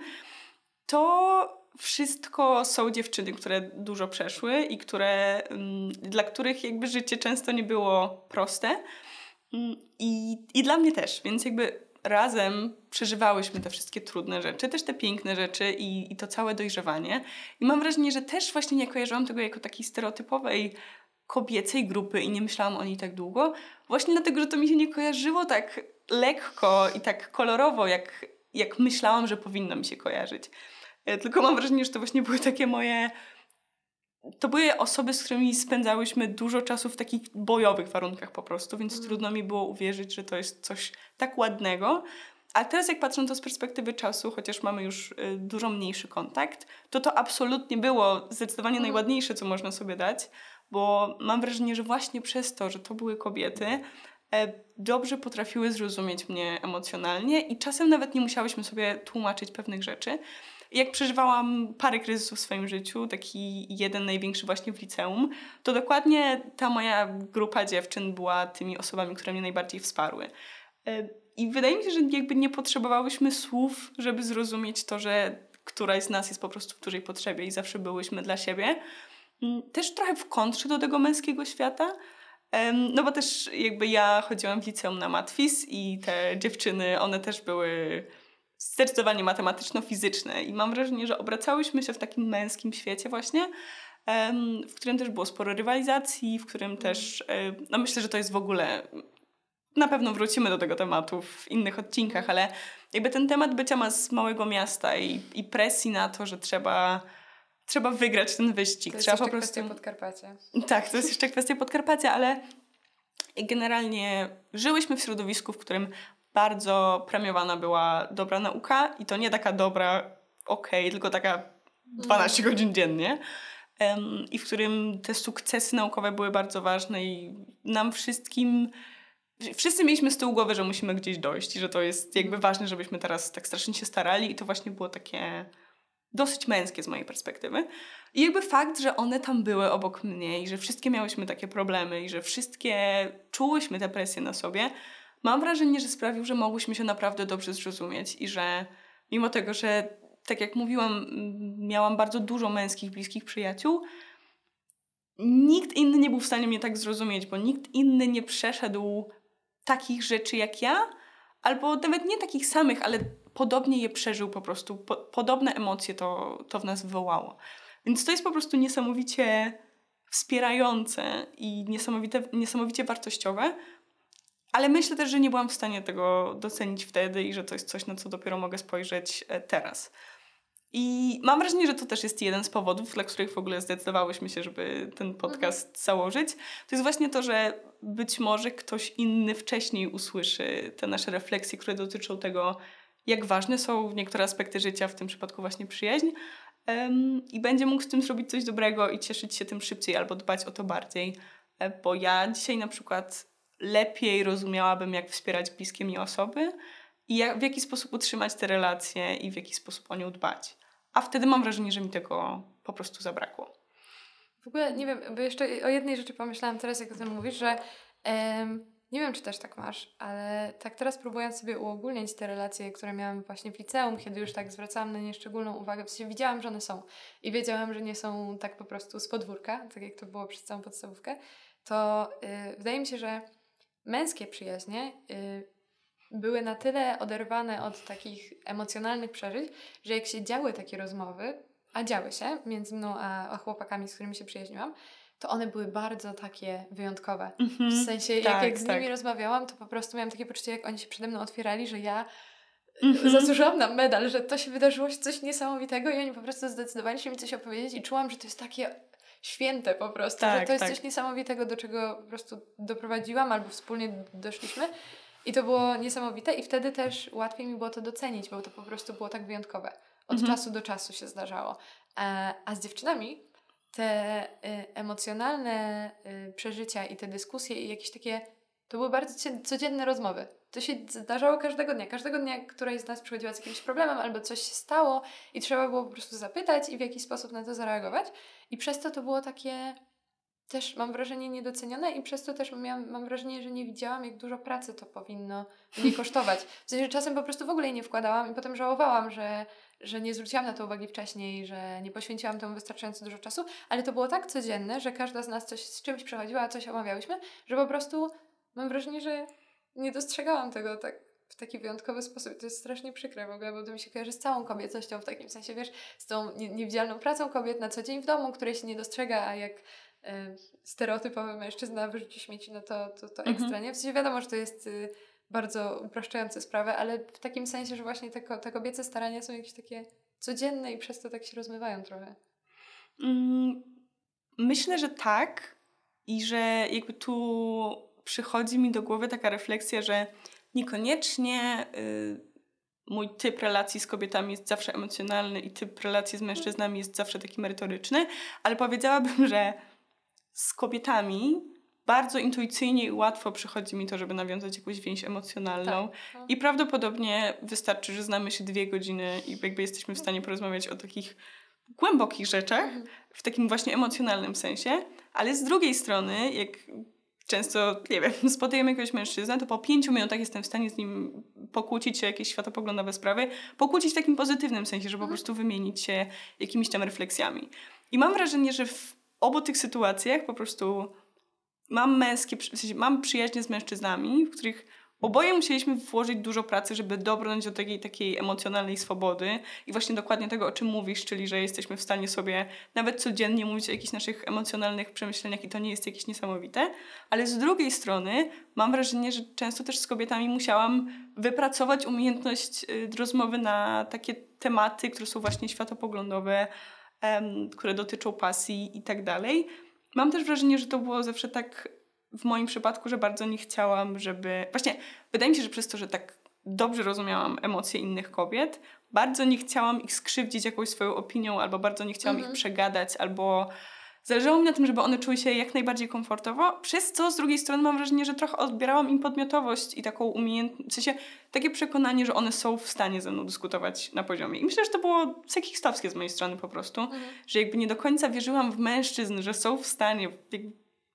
to wszystko są dziewczyny, które dużo przeszły i które, dla których jakby życie często nie było proste. I, i dla mnie też, więc jakby razem przeżywałyśmy te wszystkie trudne rzeczy, też te piękne rzeczy i, i to całe dojrzewanie. I mam wrażenie, że też właśnie nie kojarzyłam tego jako takiej stereotypowej kobiecej grupy i nie myślałam o niej tak długo. Właśnie dlatego, że to mi się nie kojarzyło tak lekko i tak kolorowo, jak, jak myślałam, że powinno mi się kojarzyć. Tylko mam wrażenie, że to właśnie były takie moje... To były osoby, z którymi spędzałyśmy dużo czasu w takich bojowych warunkach po prostu, więc mm. trudno mi było uwierzyć, że to jest coś tak ładnego. A teraz jak patrzę to z perspektywy czasu, chociaż mamy już y, dużo mniejszy kontakt, to to absolutnie było zdecydowanie mm. najładniejsze, co można sobie dać, bo mam wrażenie, że właśnie przez to, że to były kobiety, e, dobrze potrafiły zrozumieć mnie emocjonalnie i czasem nawet nie musiałyśmy sobie tłumaczyć pewnych rzeczy. Jak przeżywałam parę kryzysów w swoim życiu, taki jeden największy właśnie w liceum, to dokładnie ta moja grupa dziewczyn była tymi osobami, które mnie najbardziej wsparły. I wydaje mi się, że jakby nie potrzebowałyśmy słów, żeby zrozumieć to, że któraś z nas jest po prostu w dużej potrzebie i zawsze byłyśmy dla siebie. Też trochę w kontrze do tego męskiego świata, no bo też jakby ja chodziłam w liceum na matwiz i te dziewczyny, one też były... zdecydowanie matematyczno-fizyczne i mam wrażenie, że obracałyśmy się w takim męskim świecie właśnie, um, w którym też było sporo rywalizacji, w którym mm. też, um, no myślę, że to jest w ogóle, na pewno wrócimy do tego tematu w innych odcinkach, ale jakby ten temat bycia ma z małego miasta i, i presji na to, że trzeba, trzeba wygrać ten wyścig. To jest trzeba jeszcze po prostu... kwestia Podkarpacia. Tak, to jest jeszcze kwestia Podkarpacia, ale generalnie żyłyśmy w środowisku, w którym bardzo premiowana była dobra nauka i to nie taka dobra, okej, okay, tylko taka dwanaście mm. godzin dziennie um, i w którym te sukcesy naukowe były bardzo ważne i nam wszystkim, wszyscy mieliśmy z tyłu głowy, że musimy gdzieś dojść i że to jest jakby ważne, żebyśmy teraz tak strasznie się starali i to właśnie było takie dosyć męskie z mojej perspektywy. I jakby fakt, że one tam były obok mnie i że wszystkie miałyśmy takie problemy i że wszystkie czułyśmy tę presję na sobie, mam wrażenie, że sprawił, że mogłyśmy się naprawdę dobrze zrozumieć i że mimo tego, że tak jak mówiłam, miałam bardzo dużo męskich, bliskich przyjaciół, nikt inny nie był w stanie mnie tak zrozumieć, bo nikt inny nie przeszedł takich rzeczy jak ja, albo nawet nie takich samych, ale podobnie je przeżył po prostu. Po, podobne emocje to, to w nas wywołało. Więc to jest po prostu niesamowicie wspierające i niesamowite, niesamowicie wartościowe, ale myślę też, że nie byłam w stanie tego docenić wtedy i że to jest coś, na co dopiero mogę spojrzeć teraz. I mam wrażenie, że to też jest jeden z powodów, dla których w ogóle zdecydowałyśmy się, żeby ten podcast mhm. założyć. To jest właśnie to, że być może ktoś inny wcześniej usłyszy te nasze refleksje, które dotyczą tego, jak ważne są niektóre aspekty życia, w tym przypadku właśnie przyjaźń, um, i będzie mógł z tym zrobić coś dobrego i cieszyć się tym szybciej albo dbać o to bardziej. Bo ja dzisiaj na przykład lepiej rozumiałabym, jak wspierać bliskie mi osoby i jak, w jaki sposób utrzymać te relacje i w jaki sposób o nią dbać. A wtedy mam wrażenie, że mi tego po prostu zabrakło. W ogóle nie wiem, bo jeszcze o jednej rzeczy pomyślałam teraz, jak o tym mówisz, że em, nie wiem, czy też tak masz, ale tak teraz próbując sobie uogólnić te relacje, które miałam właśnie w liceum, kiedy już tak zwracałam na nie szczególną uwagę, w sensie widziałam, że one są i wiedziałam, że nie są tak po prostu z podwórka, tak jak to było przez całą podstawówkę, to y, wydaje mi się, że męskie przyjaźnie y, były na tyle oderwane od takich emocjonalnych przeżyć, że jak się działy takie rozmowy, a działy się między mną a, a chłopakami, z którymi się przyjaźniłam, to one były bardzo takie wyjątkowe. Mm-hmm. W sensie, jak, tak, jak z tak. nimi rozmawiałam, to po prostu miałam takie poczucie, jak oni się przede mną otwierali, że ja mm-hmm. zasłużyłam na medal, że to się wydarzyło coś niesamowitego i oni po prostu zdecydowali się mi coś opowiedzieć i czułam, że to jest takie święte po prostu, tak, że to jest tak. coś niesamowitego, do czego po prostu doprowadziłam albo wspólnie doszliśmy. I to było niesamowite i wtedy też łatwiej mi było to docenić, bo to po prostu było tak wyjątkowe. Od mhm. czasu do czasu się zdarzało. A, a z dziewczynami te y, emocjonalne y, przeżycia i te dyskusje i jakieś takie, to były bardzo codzienne rozmowy. To się zdarzało każdego dnia. Każdego dnia któraś z nas przychodziła z jakimś problemem albo coś się stało i trzeba było po prostu zapytać i w jakiś sposób na to zareagować. I przez to to było takie... też mam wrażenie niedocenione i przez to też miałam, mam wrażenie, że nie widziałam, jak dużo pracy to powinno mnie kosztować. W sensie, że czasem po prostu w ogóle jej nie wkładałam i potem żałowałam, że, że nie zwróciłam na to uwagi wcześniej, że nie poświęciłam temu wystarczająco dużo czasu, ale to było tak codzienne, że każda z nas coś z czymś przechodziła, coś omawiałyśmy, że po prostu mam wrażenie, że nie dostrzegałam tego tak w taki wyjątkowy sposób. To jest strasznie przykre w ogóle, bo to mi się kojarzy z całą kobiecością w takim sensie, wiesz, z tą nie, niewidzialną pracą kobiet na co dzień w domu, której się nie dostrzega, a jak stereotypowy mężczyzna wyrzuci śmieci, no to, to, to ekstra, mhm. nie? W sensie wiadomo, że to jest y, bardzo upraszczające sprawę, ale w takim sensie, że właśnie te, te kobiece starania są jakieś takie codzienne i przez to tak się rozmywają trochę. Mm, myślę, że tak i że jakby tu przychodzi mi do głowy taka refleksja, że niekoniecznie y, mój typ relacji z kobietami jest zawsze emocjonalny i typ relacji z mężczyznami jest zawsze taki merytoryczny, ale powiedziałabym, że z kobietami bardzo intuicyjnie i łatwo przychodzi mi to, żeby nawiązać jakąś więź emocjonalną. Tak. I prawdopodobnie wystarczy, że znamy się dwie godziny i jakby jesteśmy w stanie porozmawiać o takich głębokich rzeczach, mhm. w takim właśnie emocjonalnym sensie. Ale z drugiej strony, jak często, nie wiem, spotykamy jakiegoś mężczyznę, to po pięciu minutach jestem w stanie z nim pokłócić się o jakieś światopoglądowe sprawy, pokłócić w takim pozytywnym sensie, żeby mhm. po prostu wymienić się jakimiś tam refleksjami. I mam wrażenie, że w obu tych sytuacjach po prostu mam męskie, w sensie mam przyjaźnie z mężczyznami, w których oboje musieliśmy włożyć dużo pracy, żeby dobrnąć do takiej, takiej emocjonalnej swobody i właśnie dokładnie tego, o czym mówisz, czyli że jesteśmy w stanie sobie nawet codziennie mówić o jakichś naszych emocjonalnych przemyśleniach i to nie jest jakieś niesamowite, ale z drugiej strony mam wrażenie, że często też z kobietami musiałam wypracować umiejętność rozmowy na takie tematy, które są właśnie światopoglądowe, Um, które dotyczą pasji i tak dalej. Mam też wrażenie, że to było zawsze tak w moim przypadku, że bardzo nie chciałam, żeby... Właśnie wydaje mi się, że przez to, że tak dobrze rozumiałam emocje innych kobiet, bardzo nie chciałam ich skrzywdzić jakąś swoją opinią, albo bardzo nie chciałam mhm. ich przegadać, albo zależało mi na tym, żeby one czuły się jak najbardziej komfortowo, przez co z drugiej strony mam wrażenie, że trochę odbierałam im podmiotowość i taką umiejętność, w sensie takie przekonanie, że one są w stanie ze mną dyskutować na poziomie. I myślę, że to było seksistowskie z mojej strony po prostu, mhm. że jakby nie do końca wierzyłam w mężczyzn, że są w stanie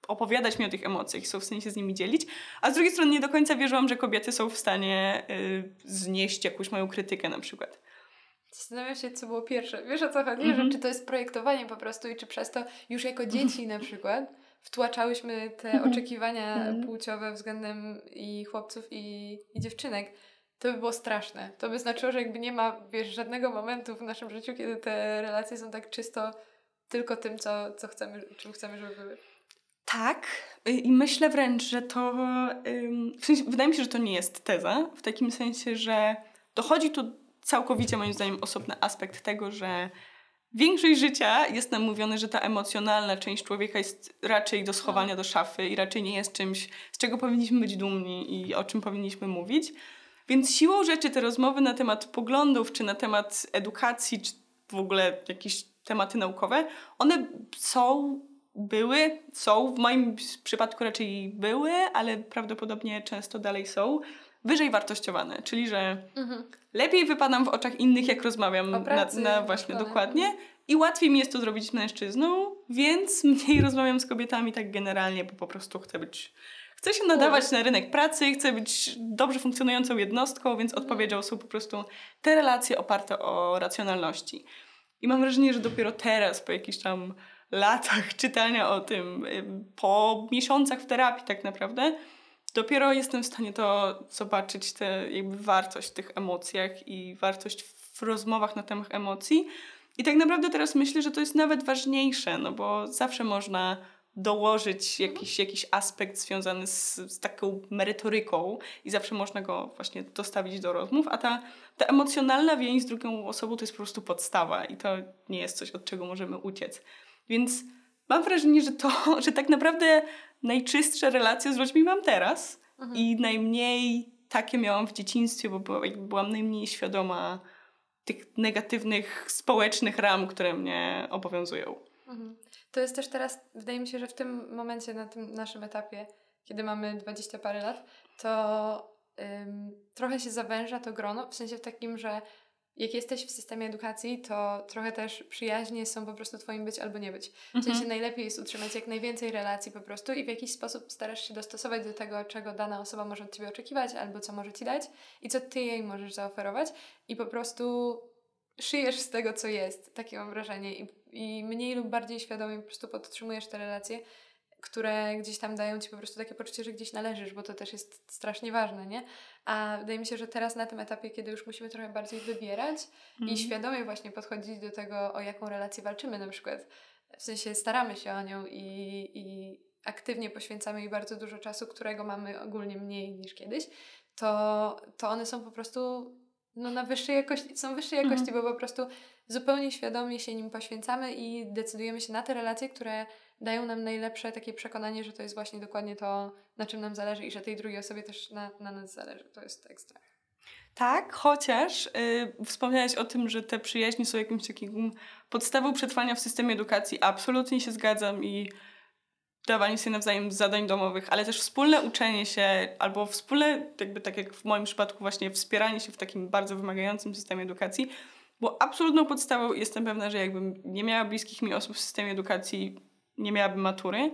opowiadać mi o tych emocjach, są w stanie się z nimi dzielić, a z drugiej strony nie do końca wierzyłam, że kobiety są w stanie y, znieść jakąś moją krytykę na przykład. Zastanawiam się, co było pierwsze. Wiesz, o co chodzi? Mm-hmm. Że czy to jest projektowanie po prostu i czy przez to już jako dzieci na przykład wtłaczałyśmy te mm-hmm. oczekiwania mm-hmm. płciowe względem i chłopców i, i dziewczynek. To by było straszne. To by znaczyło, że jakby nie ma, wiesz, żadnego momentu w naszym życiu, kiedy te relacje są tak czysto tylko tym, co, co chcemy, czym chcemy, żeby były. Tak. I myślę wręcz, że to... W sensie, wydaje mi się, że to nie jest teza. W takim sensie, że dochodzi tu całkowicie moim zdaniem osobny aspekt tego, że większość życia jest nam mówione, że ta emocjonalna część człowieka jest raczej do schowania no. do szafy i raczej nie jest czymś, z czego powinniśmy być dumni i o czym powinniśmy mówić. Więc siłą rzeczy te rozmowy na temat poglądów, czy na temat edukacji, czy w ogóle jakieś tematy naukowe, one są, były, są, w moim przypadku raczej były, ale prawdopodobnie często dalej są, wyżej wartościowane. Czyli, że mhm. lepiej wypadam w oczach innych, jak rozmawiam pracy, na, na właśnie dokładnie i łatwiej mi jest to zrobić z mężczyzną, więc mniej rozmawiam z kobietami tak generalnie, bo po prostu chcę być... Chcę się nadawać na rynek pracy, chcę być dobrze funkcjonującą jednostką, więc odpowiedzią są po prostu te relacje oparte o racjonalności. I mam wrażenie, że dopiero teraz, po jakichś tam latach czytania o tym, po miesiącach w terapii tak naprawdę, dopiero jestem w stanie to zobaczyć, tę jakby wartość w tych emocjach i wartość w rozmowach na temat emocji. I tak naprawdę teraz myślę, że to jest nawet ważniejsze, no bo zawsze można dołożyć jakiś, jakiś aspekt związany z, z taką merytoryką i zawsze można go właśnie dostawić do rozmów, a ta, ta emocjonalna więź z drugą osobą to jest po prostu podstawa i to nie jest coś, od czego możemy uciec. Więc mam wrażenie, że to, że tak naprawdę najczystsze relacje z ludźmi mam teraz mhm. i najmniej takie miałam w dzieciństwie, bo była, byłam najmniej świadoma tych negatywnych społecznych ram, które mnie obowiązują. Mhm. To jest też teraz, wydaje mi się, że w tym momencie, na tym naszym etapie, kiedy mamy dwadzieścia parę lat, to ym, trochę się zawęża to grono, w sensie w takim, że jak jesteś w systemie edukacji, to trochę też przyjaźnie są po prostu twoim być albo nie być. W sensie mhm. najlepiej jest utrzymać jak najwięcej relacji po prostu i w jakiś sposób starasz się dostosować do tego, czego dana osoba może od ciebie oczekiwać albo co może ci dać i co ty jej możesz zaoferować i po prostu szyjesz z tego, co jest. Takie mam wrażenie. I, i mniej lub bardziej świadomie po prostu podtrzymujesz te relacje, które gdzieś tam dają ci po prostu takie poczucie, że gdzieś należysz, bo to też jest strasznie ważne, nie? A wydaje mi się, że teraz na tym etapie, kiedy już musimy trochę bardziej wybierać mm. i świadomie właśnie podchodzić do tego, o jaką relację walczymy na przykład, w sensie staramy się o nią i, i aktywnie poświęcamy jej bardzo dużo czasu, którego mamy ogólnie mniej niż kiedyś, to, to one są po prostu no, na wyższej jakości, są wyższej jakości, mm. bo po prostu zupełnie świadomie się nim poświęcamy i decydujemy się na te relacje, które dają nam najlepsze takie przekonanie, że to jest właśnie dokładnie to, na czym nam zależy i że tej drugiej osobie też na, na nas zależy. To jest ekstra. Tak, chociaż yy, wspomniałeś o tym, że te przyjaźnie są jakimś takim podstawą przetrwania w systemie edukacji. Absolutnie się zgadzam i dawanie sobie nawzajem zadań domowych, ale też wspólne uczenie się albo wspólne, jakby tak jak w moim przypadku właśnie wspieranie się w takim bardzo wymagającym systemie edukacji, bo absolutną podstawą jestem pewna, że jakbym nie miała bliskich mi osób w systemie edukacji, nie miałabym matury.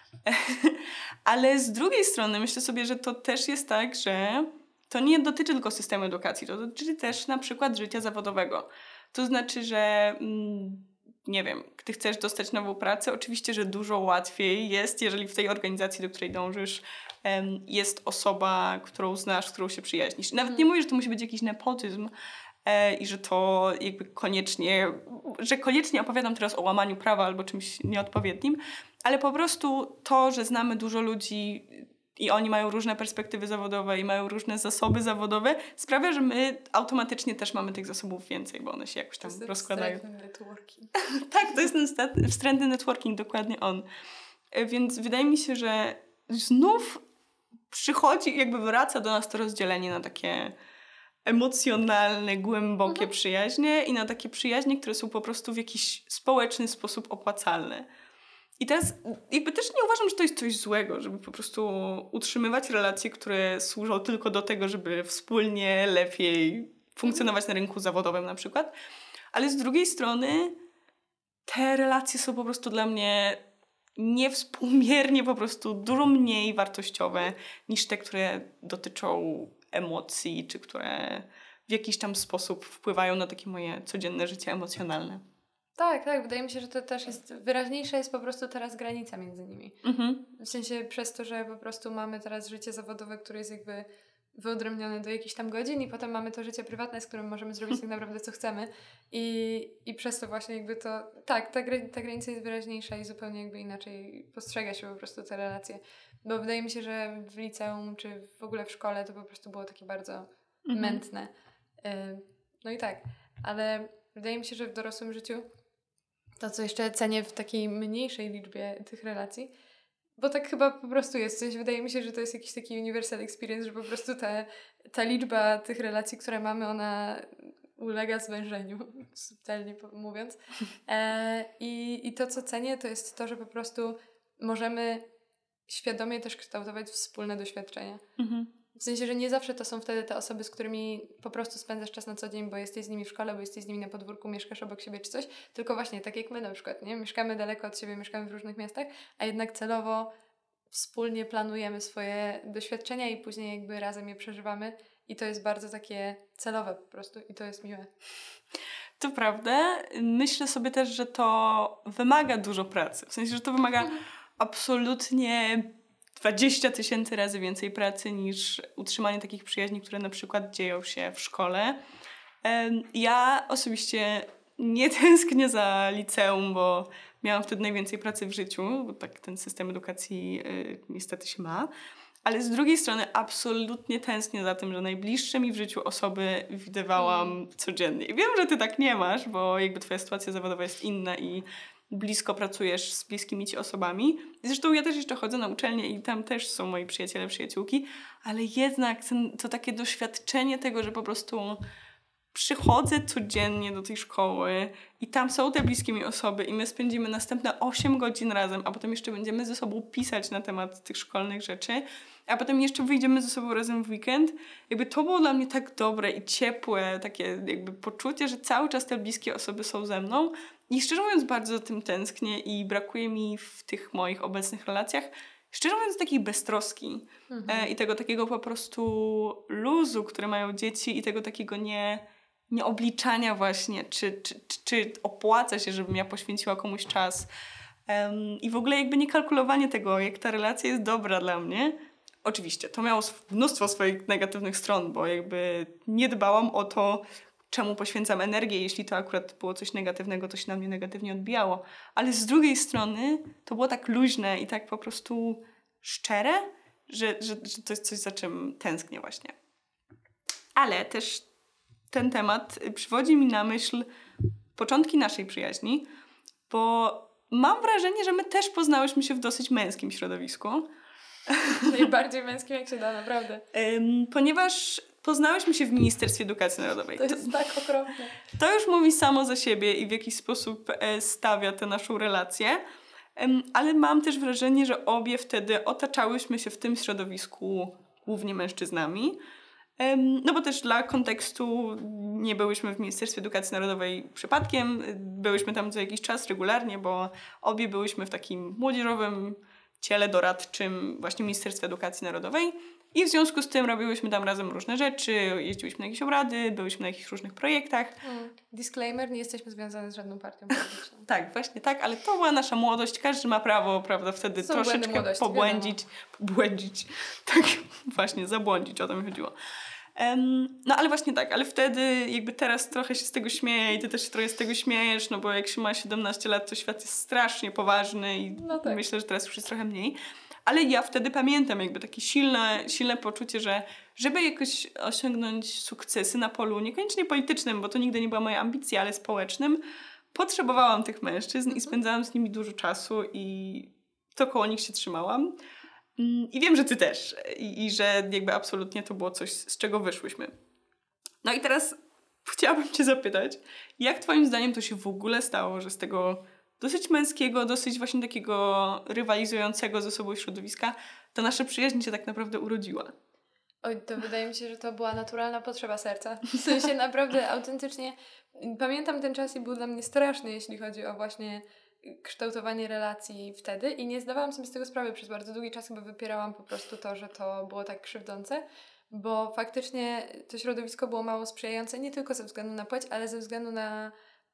Ale z drugiej strony myślę sobie, że to też jest tak, że to nie dotyczy tylko systemu edukacji, to dotyczy też na przykład życia zawodowego. To znaczy, że mm, nie wiem, gdy chcesz dostać nową pracę, oczywiście, że dużo łatwiej jest, jeżeli w tej organizacji, do której dążysz, um, jest osoba, którą znasz, z którą się przyjaźnisz. Nawet nie mówię, że to musi być jakiś nepotyzm, i że to jakby koniecznie, że koniecznie opowiadam teraz o łamaniu prawa albo czymś nieodpowiednim, ale po prostu to, że znamy dużo ludzi i oni mają różne perspektywy zawodowe i mają różne zasoby zawodowe, sprawia, że my automatycznie też mamy tych zasobów więcej, bo one się jakoś tam to jest rozkładają. Wstrętny networking. Tak, to jest ten wstrętny networking, dokładnie on. Więc wydaje mi się, że znów przychodzi, jakby wraca do nas to rozdzielenie na takie emocjonalne, głębokie mhm. przyjaźnie i na takie przyjaźnie, które są po prostu w jakiś społeczny sposób opłacalne. I teraz jakby też nie uważam, że to jest coś złego, żeby po prostu utrzymywać relacje, które służą tylko do tego, żeby wspólnie lepiej funkcjonować na rynku zawodowym na przykład. Ale z drugiej strony te relacje są po prostu dla mnie niewspółmiernie po prostu dużo mniej wartościowe niż te, które dotyczą emocji, czy które w jakiś tam sposób wpływają na takie moje codzienne życie emocjonalne. Tak, tak. Wydaje mi się, że to też jest wyraźniejsza jest po prostu teraz granica między nimi. Mhm. W sensie przez to, że po prostu mamy teraz życie zawodowe, które jest jakby wyodrębnione do jakichś tam godzin i potem mamy to życie prywatne, z którym możemy zrobić tak naprawdę co chcemy i, i przez to właśnie jakby to, tak, ta, gra- ta granica jest wyraźniejsza i zupełnie jakby inaczej postrzega się po prostu te relacje. Bo wydaje mi się, że w liceum czy w ogóle w szkole to po prostu było takie bardzo Mhm. mętne. Y, No i tak, ale wydaje mi się, że w dorosłym życiu to, co jeszcze cenię w takiej mniejszej liczbie tych relacji, bo tak chyba po prostu jest. W sensie wydaje mi się, że to jest jakiś taki universal experience, że po prostu ta, ta liczba tych relacji, które mamy, ona ulega zwężeniu, subtelnie mówiąc. E, i, I to, co cenię, to jest to, że po prostu możemy świadomie też kształtować wspólne doświadczenia. Mhm. W sensie, że nie zawsze to są wtedy te osoby, z którymi po prostu spędzasz czas na co dzień, bo jesteś z nimi w szkole, bo jesteś z nimi na podwórku, mieszkasz obok siebie czy coś, tylko właśnie tak jak my na przykład, nie? Mieszkamy daleko od siebie, mieszkamy w różnych miastach, a jednak celowo wspólnie planujemy swoje doświadczenia i później jakby razem je przeżywamy i to jest bardzo takie celowe po prostu i to jest miłe. To prawda. Myślę sobie też, że to wymaga dużo pracy. W sensie, że to wymaga Mhm. absolutnie dwadzieścia tysięcy razy więcej pracy niż utrzymanie takich przyjaźni, które na przykład dzieją się w szkole. Em, Ja osobiście nie tęsknię za liceum, bo miałam wtedy najwięcej pracy w życiu, bo tak ten system edukacji y, niestety się ma. Ale z drugiej strony absolutnie tęsknię za tym, że najbliższe mi w życiu osoby widywałam Mm. codziennie. I wiem, że ty tak nie masz, bo jakby twoja sytuacja zawodowa jest inna i blisko pracujesz z bliskimi ci osobami. Zresztą ja też jeszcze chodzę na uczelnię i tam też są moi przyjaciele, przyjaciółki, ale jednak ten, to takie doświadczenie tego, że po prostu przychodzę codziennie do tej szkoły i tam są te bliskie mi osoby i my spędzimy następne osiem godzin razem, a potem jeszcze będziemy ze sobą pisać na temat tych szkolnych rzeczy, a potem jeszcze wyjdziemy ze sobą razem w weekend. Jakby to było dla mnie tak dobre i ciepłe, takie jakby poczucie, że cały czas te bliskie osoby są ze mną i szczerze mówiąc bardzo za tym tęsknię i brakuje mi w tych moich obecnych relacjach szczerze mówiąc takiej beztroski Mhm. e, i tego takiego po prostu luzu, które mają dzieci i tego takiego nie nieobliczania właśnie, czy, czy, czy, czy opłaca się, żebym ja poświęciła komuś czas. Um, I w ogóle jakby nie kalkulowanie tego, jak ta relacja jest dobra dla mnie. Oczywiście, to miało sw- mnóstwo swoich negatywnych stron, bo jakby nie dbałam o to, czemu poświęcam energię. Jeśli to akurat było coś negatywnego, to się na mnie negatywnie odbijało. Ale z drugiej strony to było tak luźne i tak po prostu szczere, że, że, że to jest coś, za czym tęsknię właśnie. Ale też ten temat przywodzi mi na myśl początki naszej przyjaźni, bo mam wrażenie, że my też poznałyśmy się w dosyć męskim środowisku. Najbardziej męskim jak się da, naprawdę. Ym, ponieważ poznałyśmy się w Ministerstwie Edukacji Narodowej. To jest tak okropne. To już mówi samo za siebie i w jakiś sposób e, stawia tę naszą relację. Ym, ale mam też wrażenie, że obie wtedy otaczałyśmy się w tym środowisku głównie mężczyznami. No bo też dla kontekstu nie byłyśmy w Ministerstwie Edukacji Narodowej przypadkiem, byłyśmy tam co jakiś czas regularnie, bo obie byłyśmy w takim młodzieżowym ciele doradczym właśnie Ministerstwa Edukacji Narodowej i w związku z tym robiłyśmy tam razem różne rzeczy, jeździłyśmy na jakieś obrady, byłyśmy na jakichś różnych projektach. Mm. Disclaimer, nie jesteśmy związane z żadną partią polityczną. Tak, właśnie tak, ale to była nasza młodość, każdy ma prawo, prawda, wtedy Są troszeczkę młodości, pobłędzić, pobłędzić, tak, właśnie, zabłądzić, o to mi chodziło. Um, no ale właśnie tak, ale wtedy jakby teraz trochę się z tego śmieję i ty też się trochę z tego śmiejesz, no bo jak się ma siedemnaście lat, to świat jest strasznie poważny i No tak. myślę, że teraz już jest trochę mniej. Ale ja wtedy pamiętam jakby takie silne, silne poczucie, że żeby jakoś osiągnąć sukcesy na polu niekoniecznie politycznym, bo to nigdy nie była moja ambicja, ale społecznym, potrzebowałam tych mężczyzn i spędzałam z nimi dużo czasu i to koło nich się trzymałam. I wiem, że ty też. I, I że jakby absolutnie to było coś, z czego wyszłyśmy. No i teraz chciałabym cię zapytać, jak twoim zdaniem to się w ogóle stało, że z tego dosyć męskiego, dosyć właśnie takiego rywalizującego ze sobą środowiska ta nasza przyjaźń się tak naprawdę urodziła? Oj, to wydaje mi się, że to była naturalna potrzeba serca. W sensie naprawdę autentycznie pamiętam ten czas i był dla mnie straszny, jeśli chodzi o właśnie kształtowanie relacji wtedy i nie zdawałam sobie z tego sprawy. Przez bardzo długi czas chyba wypierałam po prostu to, że to było tak krzywdzące, bo faktycznie to środowisko było mało sprzyjające nie tylko ze względu na płeć, ale ze względu na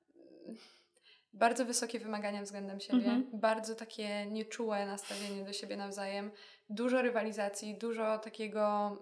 bardzo wysokie wymagania względem siebie, mhm. bardzo takie nieczułe nastawienie do siebie nawzajem, dużo rywalizacji, dużo takiego,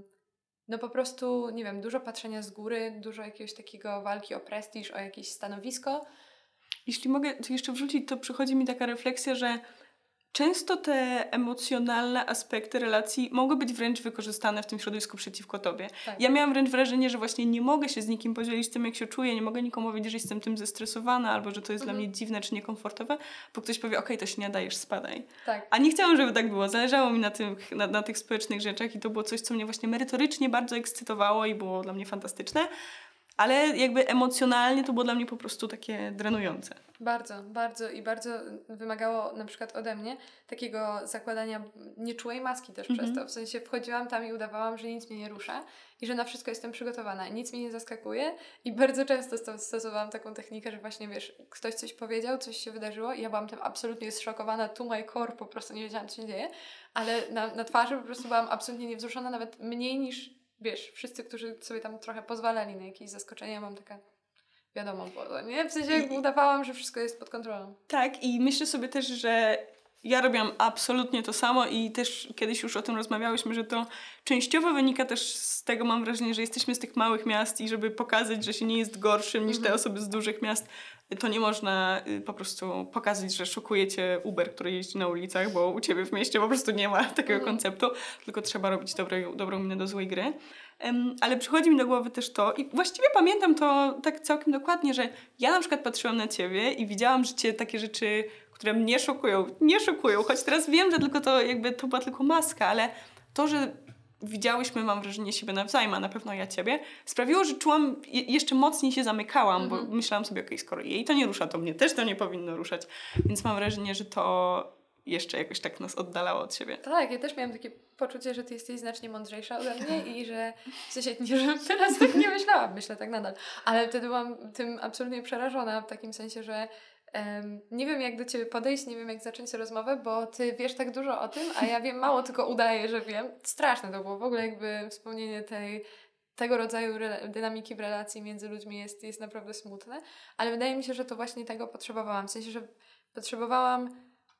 no po prostu, nie wiem, dużo patrzenia z góry, dużo jakiegoś takiego walki o prestiż, o jakieś stanowisko. Jeśli mogę jeszcze wrzucić, to przychodzi mi taka refleksja, że często te emocjonalne aspekty relacji mogą być wręcz wykorzystane w tym środowisku przeciwko tobie. Tak. Ja miałam wręcz wrażenie, że właśnie nie mogę się z nikim podzielić tym, jak się czuję, nie mogę nikomu powiedzieć, że jestem tym zestresowana, albo że to jest mhm. dla mnie dziwne czy niekomfortowe, bo ktoś powie, okej, okay, to się nie dajesz, spadaj. Tak. A nie chciałam, żeby tak było. Zależało mi na, tym, na, na tych społecznych rzeczach i to było coś, co mnie właśnie merytorycznie bardzo ekscytowało i było dla mnie fantastyczne. Ale jakby emocjonalnie to było dla mnie po prostu takie drenujące. Bardzo, bardzo i bardzo wymagało na przykład ode mnie takiego zakładania nieczułej maski też mm-hmm. przez to. W sensie wchodziłam tam i udawałam, że nic mnie nie rusza i że na wszystko jestem przygotowana. Nic mnie nie zaskakuje i bardzo często stosowałam taką technikę, że właśnie wiesz, ktoś coś powiedział, coś się wydarzyło i ja byłam tym absolutnie zszokowana, to my core, po prostu nie wiedziałam, co się dzieje, ale na, na twarzy po prostu byłam absolutnie niewzruszona, nawet mniej niż wiesz, wszyscy, którzy sobie tam trochę pozwalali na jakieś zaskoczenia, ja mam taka, wiadomo, bo nie? W sensie I, udawałam, że wszystko jest pod kontrolą. Tak i myślę sobie też, że ja robiłam absolutnie to samo i też kiedyś już o tym rozmawiałyśmy, że to częściowo wynika też z tego, mam wrażenie, że jesteśmy z tych małych miast i żeby pokazać, że się nie jest gorszym niż te osoby z dużych miast, to nie można y, po prostu pokazać, że szokuje cię Uber, który jeździ na ulicach, bo u ciebie w mieście po prostu nie ma takiego mm. konceptu, tylko trzeba robić dobre, dobrą minę do złej gry. Um, ale przychodzi mi do głowy też to i właściwie pamiętam to tak całkiem dokładnie, że ja na przykład patrzyłam na ciebie i widziałam, że cię takie rzeczy, które mnie szokują, nie szokują, choć teraz wiem, że tylko to jakby to była tylko maska, ale to, że widziałyśmy, mam wrażenie, siebie nawzajem, a na pewno ja ciebie, sprawiło, że czułam, je, jeszcze mocniej się zamykałam, mm-hmm. bo myślałam sobie, okej, okay, skoro jej to nie rusza, to mnie też to nie powinno ruszać. Więc mam wrażenie, że to jeszcze jakoś tak nas oddalało od siebie. Tak, ja też miałam takie poczucie, że ty jesteś znacznie mądrzejsza ode mnie i że w sensie nie, że teraz tak nie myślałam, myślę tak nadal, ale wtedy byłam tym absolutnie przerażona w takim sensie, że Um, nie wiem, jak do ciebie podejść, nie wiem, jak zacząć rozmowę, bo ty wiesz tak dużo o tym, a ja wiem mało, tylko udaję, że wiem. Straszne to było. W ogóle jakby wspomnienie tej, tego rodzaju re- dynamiki w relacji między ludźmi jest, jest naprawdę smutne, ale wydaje mi się, że to właśnie tego potrzebowałam. W sensie, że potrzebowałam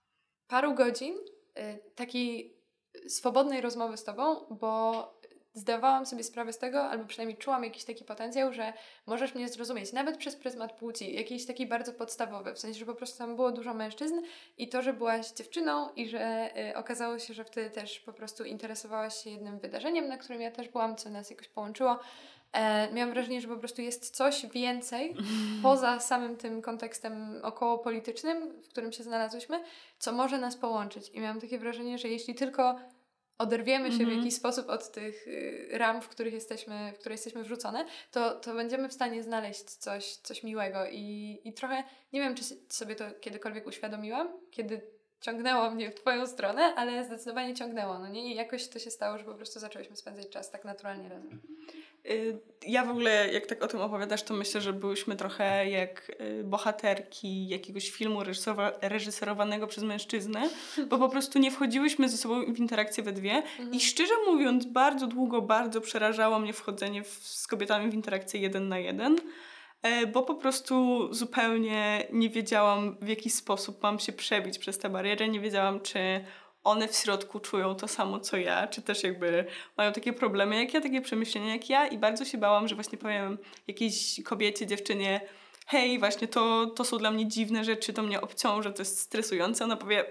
paru godzin y, takiej swobodnej rozmowy z tobą, bo zdawałam sobie sprawę z tego, albo przynajmniej czułam jakiś taki potencjał, że możesz mnie zrozumieć, nawet przez pryzmat płci, jakiś taki bardzo podstawowy, w sensie, że po prostu tam było dużo mężczyzn i to, że byłaś dziewczyną i że y, okazało się, że wtedy też po prostu interesowałaś się jednym wydarzeniem, na którym ja też byłam, co nas jakoś połączyło. E, miałam wrażenie, że po prostu jest coś więcej poza samym tym kontekstem okołopolitycznym, w którym się znalazłyśmy, co może nas połączyć. I miałam takie wrażenie, że jeśli tylko oderwiemy się mm-hmm. w jakiś sposób od tych y, ram, w których jesteśmy, w które jesteśmy wrzucone, to, to będziemy w stanie znaleźć coś, coś miłego i, i trochę, nie wiem, czy sobie to kiedykolwiek uświadomiłam, kiedy ciągnęło mnie w twoją stronę, ale zdecydowanie ciągnęło, no nie? I jakoś to się stało, że po prostu zaczęłyśmy spędzać czas tak naturalnie razem. Ja w ogóle, jak tak o tym opowiadasz, to myślę, że byłyśmy trochę jak bohaterki jakiegoś filmu reżyserowa- reżyserowanego przez mężczyznę, bo po prostu nie wchodziłyśmy ze sobą w interakcję we dwie mhm. i szczerze mówiąc, bardzo długo, bardzo przerażało mnie wchodzenie w, z kobietami w interakcję jeden na jeden, bo po prostu zupełnie nie wiedziałam, w jaki sposób mam się przebić przez tę barierę, nie wiedziałam, czy one w środku czują to samo, co ja, czy też jakby mają takie problemy jak ja, takie przemyślenia jak ja i bardzo się bałam, że właśnie powiem jakiejś kobiecie, dziewczynie, hej, właśnie to, to są dla mnie dziwne rzeczy, to mnie obciąża, to jest stresujące. Ona powie,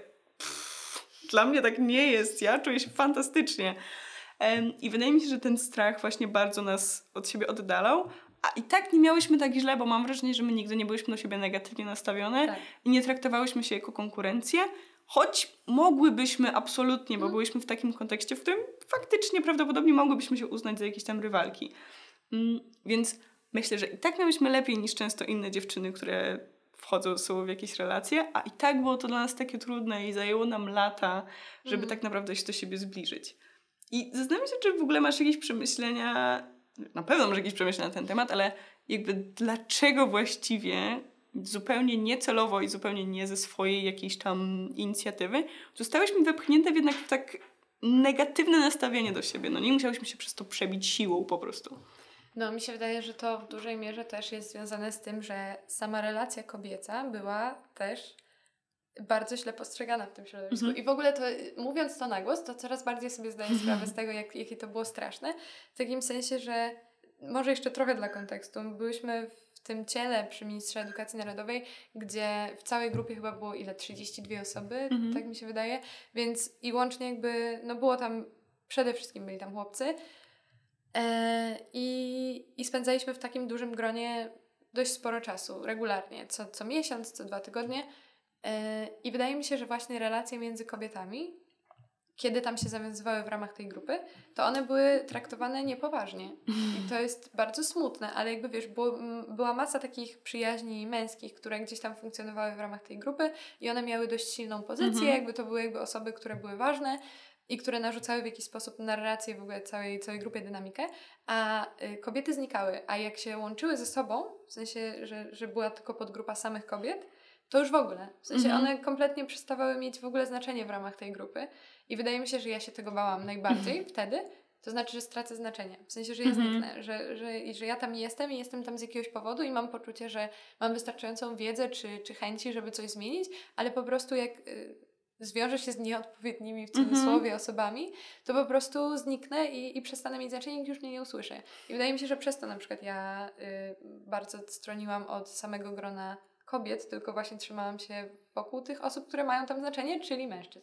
dla mnie tak nie jest, ja czuję się fantastycznie. Um, I wydaje mi się, że ten strach właśnie bardzo nas od siebie oddalał, a i tak nie miałyśmy tak źle, bo mam wrażenie, że my nigdy nie byłyśmy do siebie negatywnie nastawione tak. i nie traktowałyśmy się jako konkurencję, choć mogłybyśmy absolutnie, bo mm. byłyśmy w takim kontekście, w którym faktycznie prawdopodobnie mogłybyśmy się uznać za jakieś tam rywalki. Mm, więc myślę, że i tak miałyśmy lepiej niż często inne dziewczyny, które wchodzą ze sobą w jakieś relacje, a i tak było to dla nas takie trudne i zajęło nam lata, żeby mm. tak naprawdę się do siebie zbliżyć. I zastanawiam się, czy w ogóle masz jakieś przemyślenia, na pewno masz jakieś przemyślenia na ten temat, ale jakby dlaczego właściwie zupełnie niecelowo i zupełnie nie ze swojej jakiejś tam inicjatywy, zostałyśmy wepchnięte jednak w tak negatywne nastawienie do siebie. No nie musiałyśmy się przez to przebić siłą po prostu. No mi się wydaje, że to w dużej mierze też jest związane z tym, że sama relacja kobieca była też bardzo źle postrzegana w tym środowisku. Mhm. I w ogóle to, mówiąc to na głos, to coraz bardziej sobie zdaję sprawę z tego, jak, jakie to było straszne. W takim sensie, że może jeszcze trochę dla kontekstu. Byłyśmy w tym ciele przy Ministrze Edukacji Narodowej, gdzie w całej grupie chyba było ile? trzydzieści dwie osoby, mhm. tak mi się wydaje. Więc i łącznie jakby, no było tam, przede wszystkim byli tam chłopcy. E, i, I spędzaliśmy w takim dużym gronie dość sporo czasu, regularnie, co, co miesiąc, co dwa tygodnie. E, I wydaje mi się, że właśnie relacje między kobietami, kiedy tam się zawiązywały w ramach tej grupy, to one były traktowane niepoważnie. I to jest bardzo smutne, ale jakby wiesz, było, m, była masa takich przyjaźni męskich, które gdzieś tam funkcjonowały w ramach tej grupy i one miały dość silną pozycję, mhm. jakby to były jakby osoby, które były ważne i które narzucały w jakiś sposób narrację w ogóle całej, całej grupie dynamikę, a y, kobiety znikały. A jak się łączyły ze sobą, w sensie, że, że była tylko podgrupa samych kobiet, to już w ogóle. W sensie mhm. one kompletnie przestawały mieć w ogóle znaczenie w ramach tej grupy. I wydaje mi się, że ja się tego bałam najbardziej mhm. wtedy. To znaczy, że stracę znaczenie. W sensie, że ja mhm. zniknę. Że, że, że ja tam jestem i jestem tam z jakiegoś powodu i mam poczucie, że mam wystarczającą wiedzę czy, czy chęci, żeby coś zmienić, ale po prostu jak y, zwiążę się z nieodpowiednimi w cudzysłowie mm-hmm. osobami, to po prostu zniknę i, i przestanę mieć znaczenie i nikt już mnie nie usłyszy. I wydaje mi się, że przez to na przykład ja y, bardzo stroniłam od samego grona kobiet, tylko właśnie trzymałam się wokół tych osób, które mają tam znaczenie, czyli mężczyzn.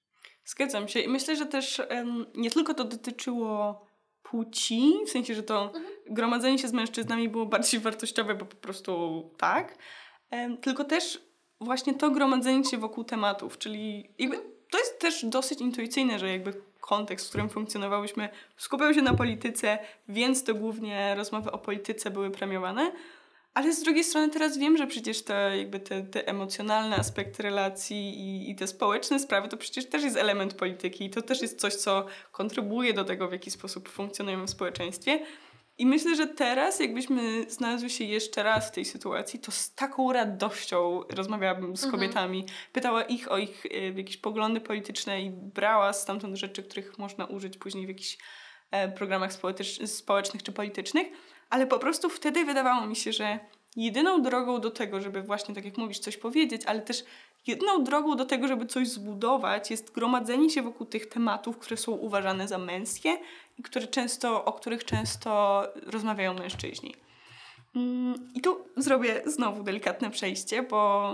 Zgadzam się i myślę, że też um, nie tylko to dotyczyło płci, w sensie, że to mhm. gromadzenie się z mężczyznami było bardziej wartościowe, bo po prostu tak, um, tylko też właśnie to gromadzenie się wokół tematów, czyli jakby to jest też dosyć intuicyjne, że jakby kontekst, w którym funkcjonowałyśmy, skupiał się na polityce, więc to głównie rozmowy o polityce były premiowane. Ale z drugiej strony teraz wiem, że przecież te, jakby te, te emocjonalne aspekty relacji i, i te społeczne sprawy to przecież też jest element polityki i to też jest coś, co kontrybuje do tego, w jaki sposób funkcjonujemy w społeczeństwie. I myślę, że teraz jakbyśmy znalazły się jeszcze raz w tej sytuacji, to z taką radością rozmawiałabym z kobietami, mhm. pytała ich o ich y, jakieś poglądy polityczne i brała stamtąd rzeczy, których można użyć później w jakichś e, programach społecznych, społecznych czy politycznych. Ale po prostu wtedy wydawało mi się, że jedyną drogą do tego, żeby właśnie, tak jak mówisz, coś powiedzieć, ale też jedyną drogą do tego, żeby coś zbudować, jest gromadzenie się wokół tych tematów, które są uważane za męskie i które często, o których często rozmawiają mężczyźni. I tu zrobię znowu delikatne przejście, bo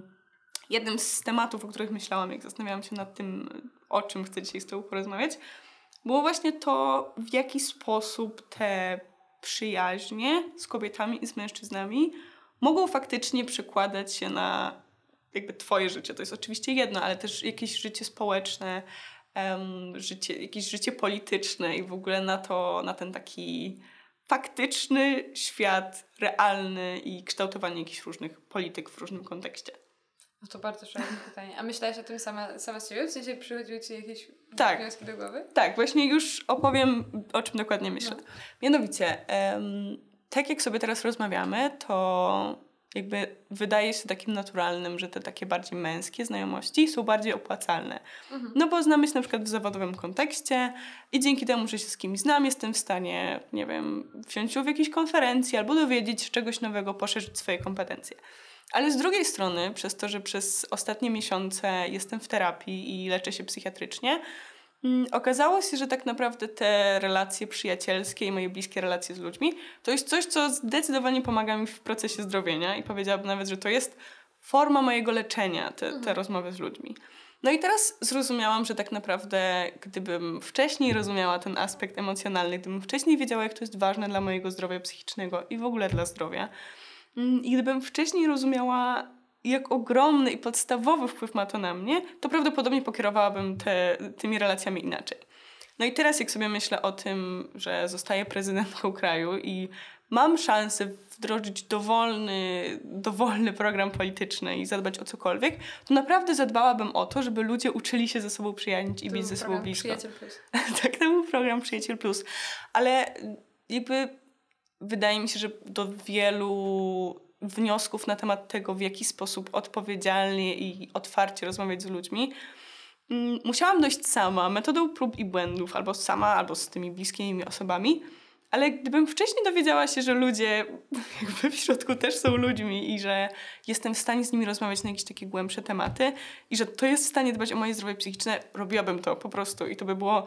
jednym z tematów, o których myślałam, jak zastanawiałam się nad tym, o czym chcę dzisiaj z Tobą porozmawiać, było właśnie to, w jaki sposób te przyjaźnie z kobietami i z mężczyznami mogą faktycznie przekładać się na jakby twoje życie. To jest oczywiście jedno, ale też jakieś życie społeczne, um, życie, jakieś życie polityczne i w ogóle na to, na ten taki faktyczny świat, realny i kształtowanie jakichś różnych polityk w różnym kontekście. No to bardzo szerokie pytanie. A myślałaś o tym sama, sama z siebie? W sensie przychodziły Ci jakieś tak. wnioski do głowy? Tak, właśnie już opowiem, o czym dokładnie myślę. No. Mianowicie, um, tak jak sobie teraz rozmawiamy, to jakby wydaje się takim naturalnym, że te takie bardziej męskie znajomości są bardziej opłacalne. Mhm. No bo znamy się na przykład w zawodowym kontekście i dzięki temu, że się z kimś znam, jestem w stanie, nie wiem, wziąć udział w jakiejś konferencji albo dowiedzieć się czegoś nowego, poszerzyć swoje kompetencje. Ale z drugiej strony, przez to, że przez ostatnie miesiące jestem w terapii i leczę się psychiatrycznie, mm, okazało się, że tak naprawdę te relacje przyjacielskie i moje bliskie relacje z ludźmi to jest coś, co zdecydowanie pomaga mi w procesie zdrowienia i powiedziałabym nawet, że to jest forma mojego leczenia, te, te mhm. rozmowy z ludźmi. No i teraz zrozumiałam, że tak naprawdę gdybym wcześniej rozumiała ten aspekt emocjonalny, gdybym wcześniej wiedziała, jak to jest ważne dla mojego zdrowia psychicznego i w ogóle dla zdrowia, i gdybym wcześniej rozumiała, jak ogromny i podstawowy wpływ ma to na mnie, to prawdopodobnie pokierowałabym te, tymi relacjami inaczej. No i teraz jak sobie myślę o tym, że zostaję prezydentką kraju i mam szansę wdrożyć dowolny, dowolny program polityczny i zadbać o cokolwiek, to naprawdę zadbałabym o to, żeby ludzie uczyli się ze sobą przyjaźnić i to być ze sobą blisko. Przyjaciel Plus. Tak, to był program Przyjaciel Plus. Ale jakby wydaje mi się, że do wielu wniosków na temat tego, w jaki sposób odpowiedzialnie i otwarcie rozmawiać z ludźmi, musiałam dojść sama, metodą prób i błędów, albo sama, albo z tymi bliskimi mi osobami. Ale gdybym wcześniej dowiedziała się, że ludzie jakby w środku też są ludźmi i że jestem w stanie z nimi rozmawiać na jakieś takie głębsze tematy i że to jest w stanie dbać o moje zdrowie psychiczne, robiłabym to po prostu i to by było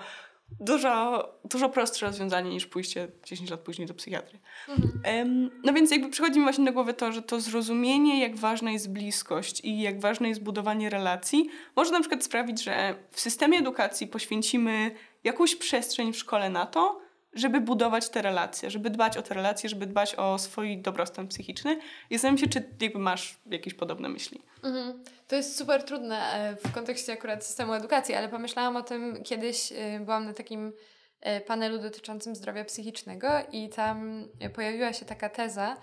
dużo, dużo prostsze rozwiązanie niż pójście dziesięć lat później do psychiatry. Mhm. Um, no więc jakby przychodzi mi właśnie do głowy to, że to zrozumienie, jak ważna jest bliskość i jak ważne jest budowanie relacji, może na przykład sprawić, że w systemie edukacji poświęcimy jakąś przestrzeń w szkole na to, żeby budować te relacje, żeby dbać o te relacje, żeby dbać o swój dobrostan psychiczny. I zastanawiam się, czy jakby masz jakieś podobne myśli. Mhm. To jest super trudne w kontekście akurat systemu edukacji, ale pomyślałam o tym kiedyś, byłam na takim panelu dotyczącym zdrowia psychicznego i tam pojawiła się taka teza,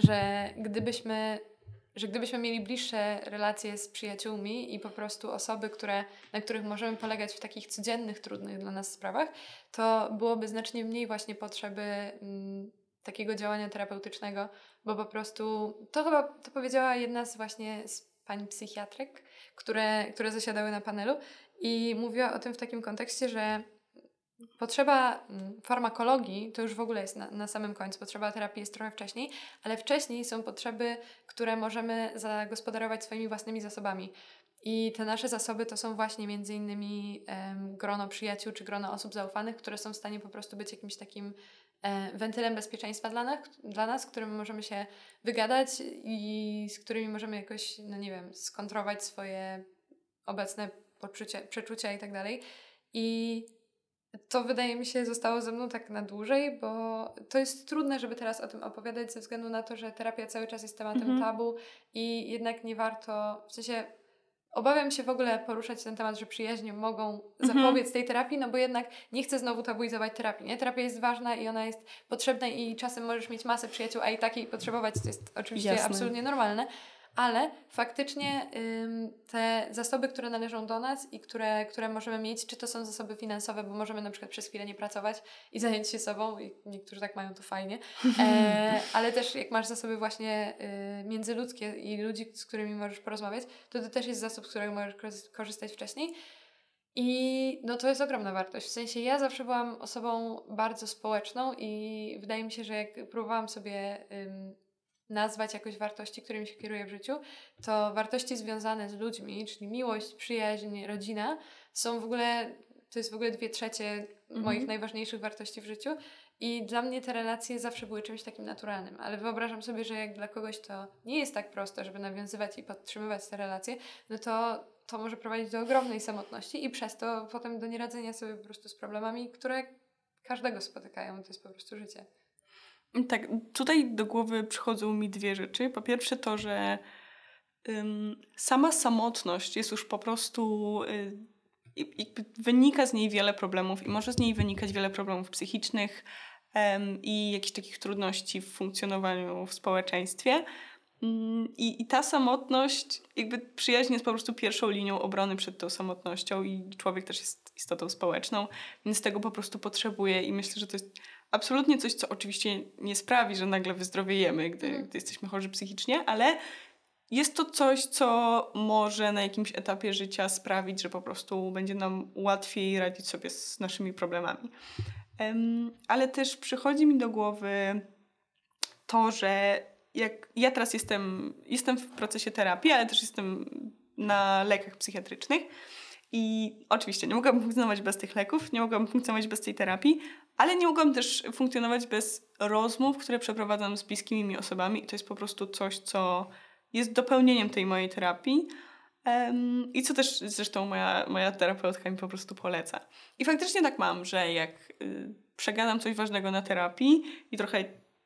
że gdybyśmy że gdybyśmy mieli bliższe relacje z przyjaciółmi i po prostu osoby, które, na których możemy polegać w takich codziennych, trudnych dla nas sprawach, to byłoby znacznie mniej właśnie potrzeby m, takiego działania terapeutycznego, bo po prostu, to chyba to powiedziała jedna z właśnie z pań psychiatrek, które, które zasiadały na panelu i mówiła o tym w takim kontekście, że potrzeba farmakologii to już w ogóle jest na, na samym końcu, potrzeba terapii jest trochę wcześniej, ale wcześniej są potrzeby, które możemy zagospodarować swoimi własnymi zasobami. I te nasze zasoby to są właśnie między innymi um, grono przyjaciół czy grono osób zaufanych, które są w stanie po prostu być jakimś takim e, wentylem bezpieczeństwa dla nas, dla nas, którym możemy się wygadać i z którymi możemy jakoś, no nie wiem, skontrować swoje obecne poczucia, przeczucia i tak dalej. I to wydaje mi się zostało ze mną tak na dłużej, bo to jest trudne, żeby teraz o tym opowiadać ze względu na to, że terapia cały czas jest tematem mhm. tabu i jednak nie warto, w sensie obawiam się w ogóle poruszać ten temat, że przyjaźnie mogą zapobiec mhm. tej terapii, no bo jednak nie chcę znowu tabuizować terapii, nie? Terapia jest ważna i ona jest potrzebna i czasem możesz mieć masę przyjaciół, a i takiej potrzebować, to jest oczywiście Jasne. absolutnie normalne. Ale faktycznie ym, te zasoby, które należą do nas i które, które możemy mieć, czy to są zasoby finansowe, bo możemy na przykład przez chwilę nie pracować i zająć się sobą i niektórzy tak mają, to fajnie, e, ale też jak masz zasoby właśnie y, międzyludzkie i ludzi, z którymi możesz porozmawiać, to to też jest zasób, z którego możesz korzystać wcześniej. I no to jest ogromna wartość. W sensie ja zawsze byłam osobą bardzo społeczną i wydaje mi się, że jak próbowałam sobie ym, nazwać jakoś wartości, którymi się kieruję w życiu, to wartości związane z ludźmi, czyli miłość, przyjaźń, rodzina, są w ogóle, to jest w ogóle dwie trzecie mhm. moich najważniejszych wartości w życiu i dla mnie te relacje zawsze były czymś takim naturalnym, ale wyobrażam sobie, że jak dla kogoś to nie jest tak proste, żeby nawiązywać i podtrzymywać te relacje, no to to może prowadzić do ogromnej samotności i przez to potem do nieradzenia sobie po prostu z problemami, które każdego spotykają, to jest po prostu życie. Tak, tutaj do głowy przychodzą mi dwie rzeczy. Po pierwsze to, że ym, sama samotność jest już po prostu... Y, jakby wynika z niej wiele problemów i może z niej wynikać wiele problemów psychicznych ym, i jakichś takich trudności w funkcjonowaniu w społeczeństwie. Ym, i, I ta samotność, jakby przyjaźń jest po prostu pierwszą linią obrony przed tą samotnością i człowiek też jest istotą społeczną, więc tego po prostu potrzebuje i myślę, że to jest absolutnie coś, co oczywiście nie sprawi, że nagle wyzdrowiejemy, gdy, mm. gdy jesteśmy chorzy psychicznie, ale jest to coś, co może na jakimś etapie życia sprawić, że po prostu będzie nam łatwiej radzić sobie z naszymi problemami. Um, ale też przychodzi mi do głowy to, że jak ja teraz jestem, jestem w procesie terapii, ale też jestem na lekach psychiatrycznych i oczywiście nie mogłabym funkcjonować bez tych leków, nie mogłabym funkcjonować bez tej terapii, ale nie mogłam też funkcjonować bez rozmów, które przeprowadzam z bliskimi mi osobami i to jest po prostu coś, co jest dopełnieniem tej mojej terapii um, i co też zresztą moja, moja terapeutka mi po prostu poleca. I faktycznie tak mam, że jak y, przegadam coś ważnego na terapii i trochę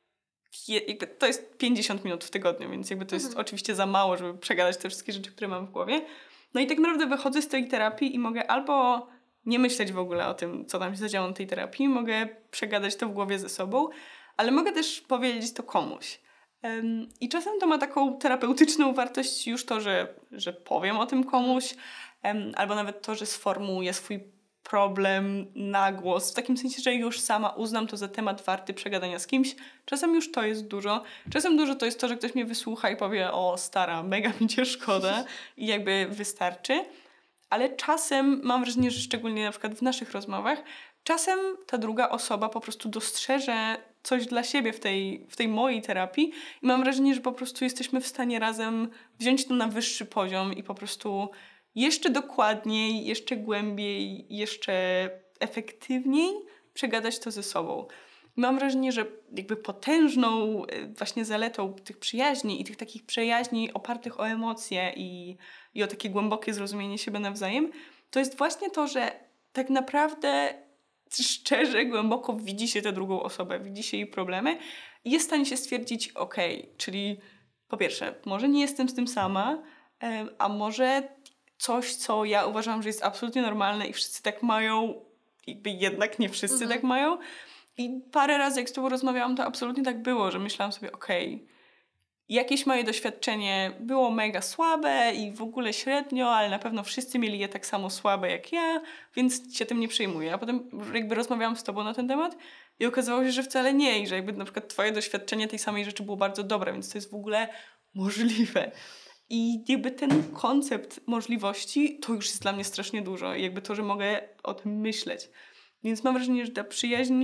jakby to jest pięćdziesiąt minut w tygodniu, więc jakby to jest mhm. oczywiście za mało, żeby przegadać te wszystkie rzeczy, które mam w głowie. No i tak naprawdę wychodzę z tej terapii i mogę albo nie myśleć w ogóle o tym, co tam się zadziało na tej terapii, mogę przegadać to w głowie ze sobą, ale mogę też powiedzieć to komuś. Um, I czasem to ma taką terapeutyczną wartość już to, że, że powiem o tym komuś, um, albo nawet to, że sformułuję swój problem na głos. W takim sensie, że już sama uznam to za temat warty przegadania z kimś. Czasem już to jest dużo. Czasem dużo to jest to, że ktoś mnie wysłucha i powie: o stara, mega mi cię szkoda i jakby wystarczy. Ale czasem mam wrażenie, że szczególnie na przykład w naszych rozmowach, czasem ta druga osoba po prostu dostrzeże coś dla siebie w tej, w tej mojej terapii i mam wrażenie, że po prostu jesteśmy w stanie razem wziąć to na wyższy poziom i po prostu jeszcze dokładniej, jeszcze głębiej, jeszcze efektywniej przegadać to ze sobą. I mam wrażenie, że jakby potężną właśnie zaletą tych przyjaźni i tych takich przyjaźni opartych o emocje i, i o takie głębokie zrozumienie siebie nawzajem, to jest właśnie to, że tak naprawdę szczerze, głęboko widzi się tę drugą osobę, widzi się jej problemy i jest w stanie się stwierdzić: okej, okay, czyli po pierwsze, może nie jestem z tym sama, a może coś, co ja uważam, że jest absolutnie normalne i wszyscy tak mają, jakby jednak nie wszyscy mhm. tak mają. I parę razy, jak z tobą rozmawiałam, to absolutnie tak było, że myślałam sobie: okej, okay, jakieś moje doświadczenie było mega słabe i w ogóle średnio, ale na pewno wszyscy mieli je tak samo słabe jak ja, więc się tym nie przejmuję. A potem jakby rozmawiałam z tobą na ten temat i okazało się, że wcale nie i że jakby na przykład twoje doświadczenie tej samej rzeczy było bardzo dobre, więc to jest w ogóle możliwe. I jakby ten koncept możliwości to już jest dla mnie strasznie dużo i jakby to, że mogę o tym myśleć. Więc mam wrażenie, że ta przyjaźń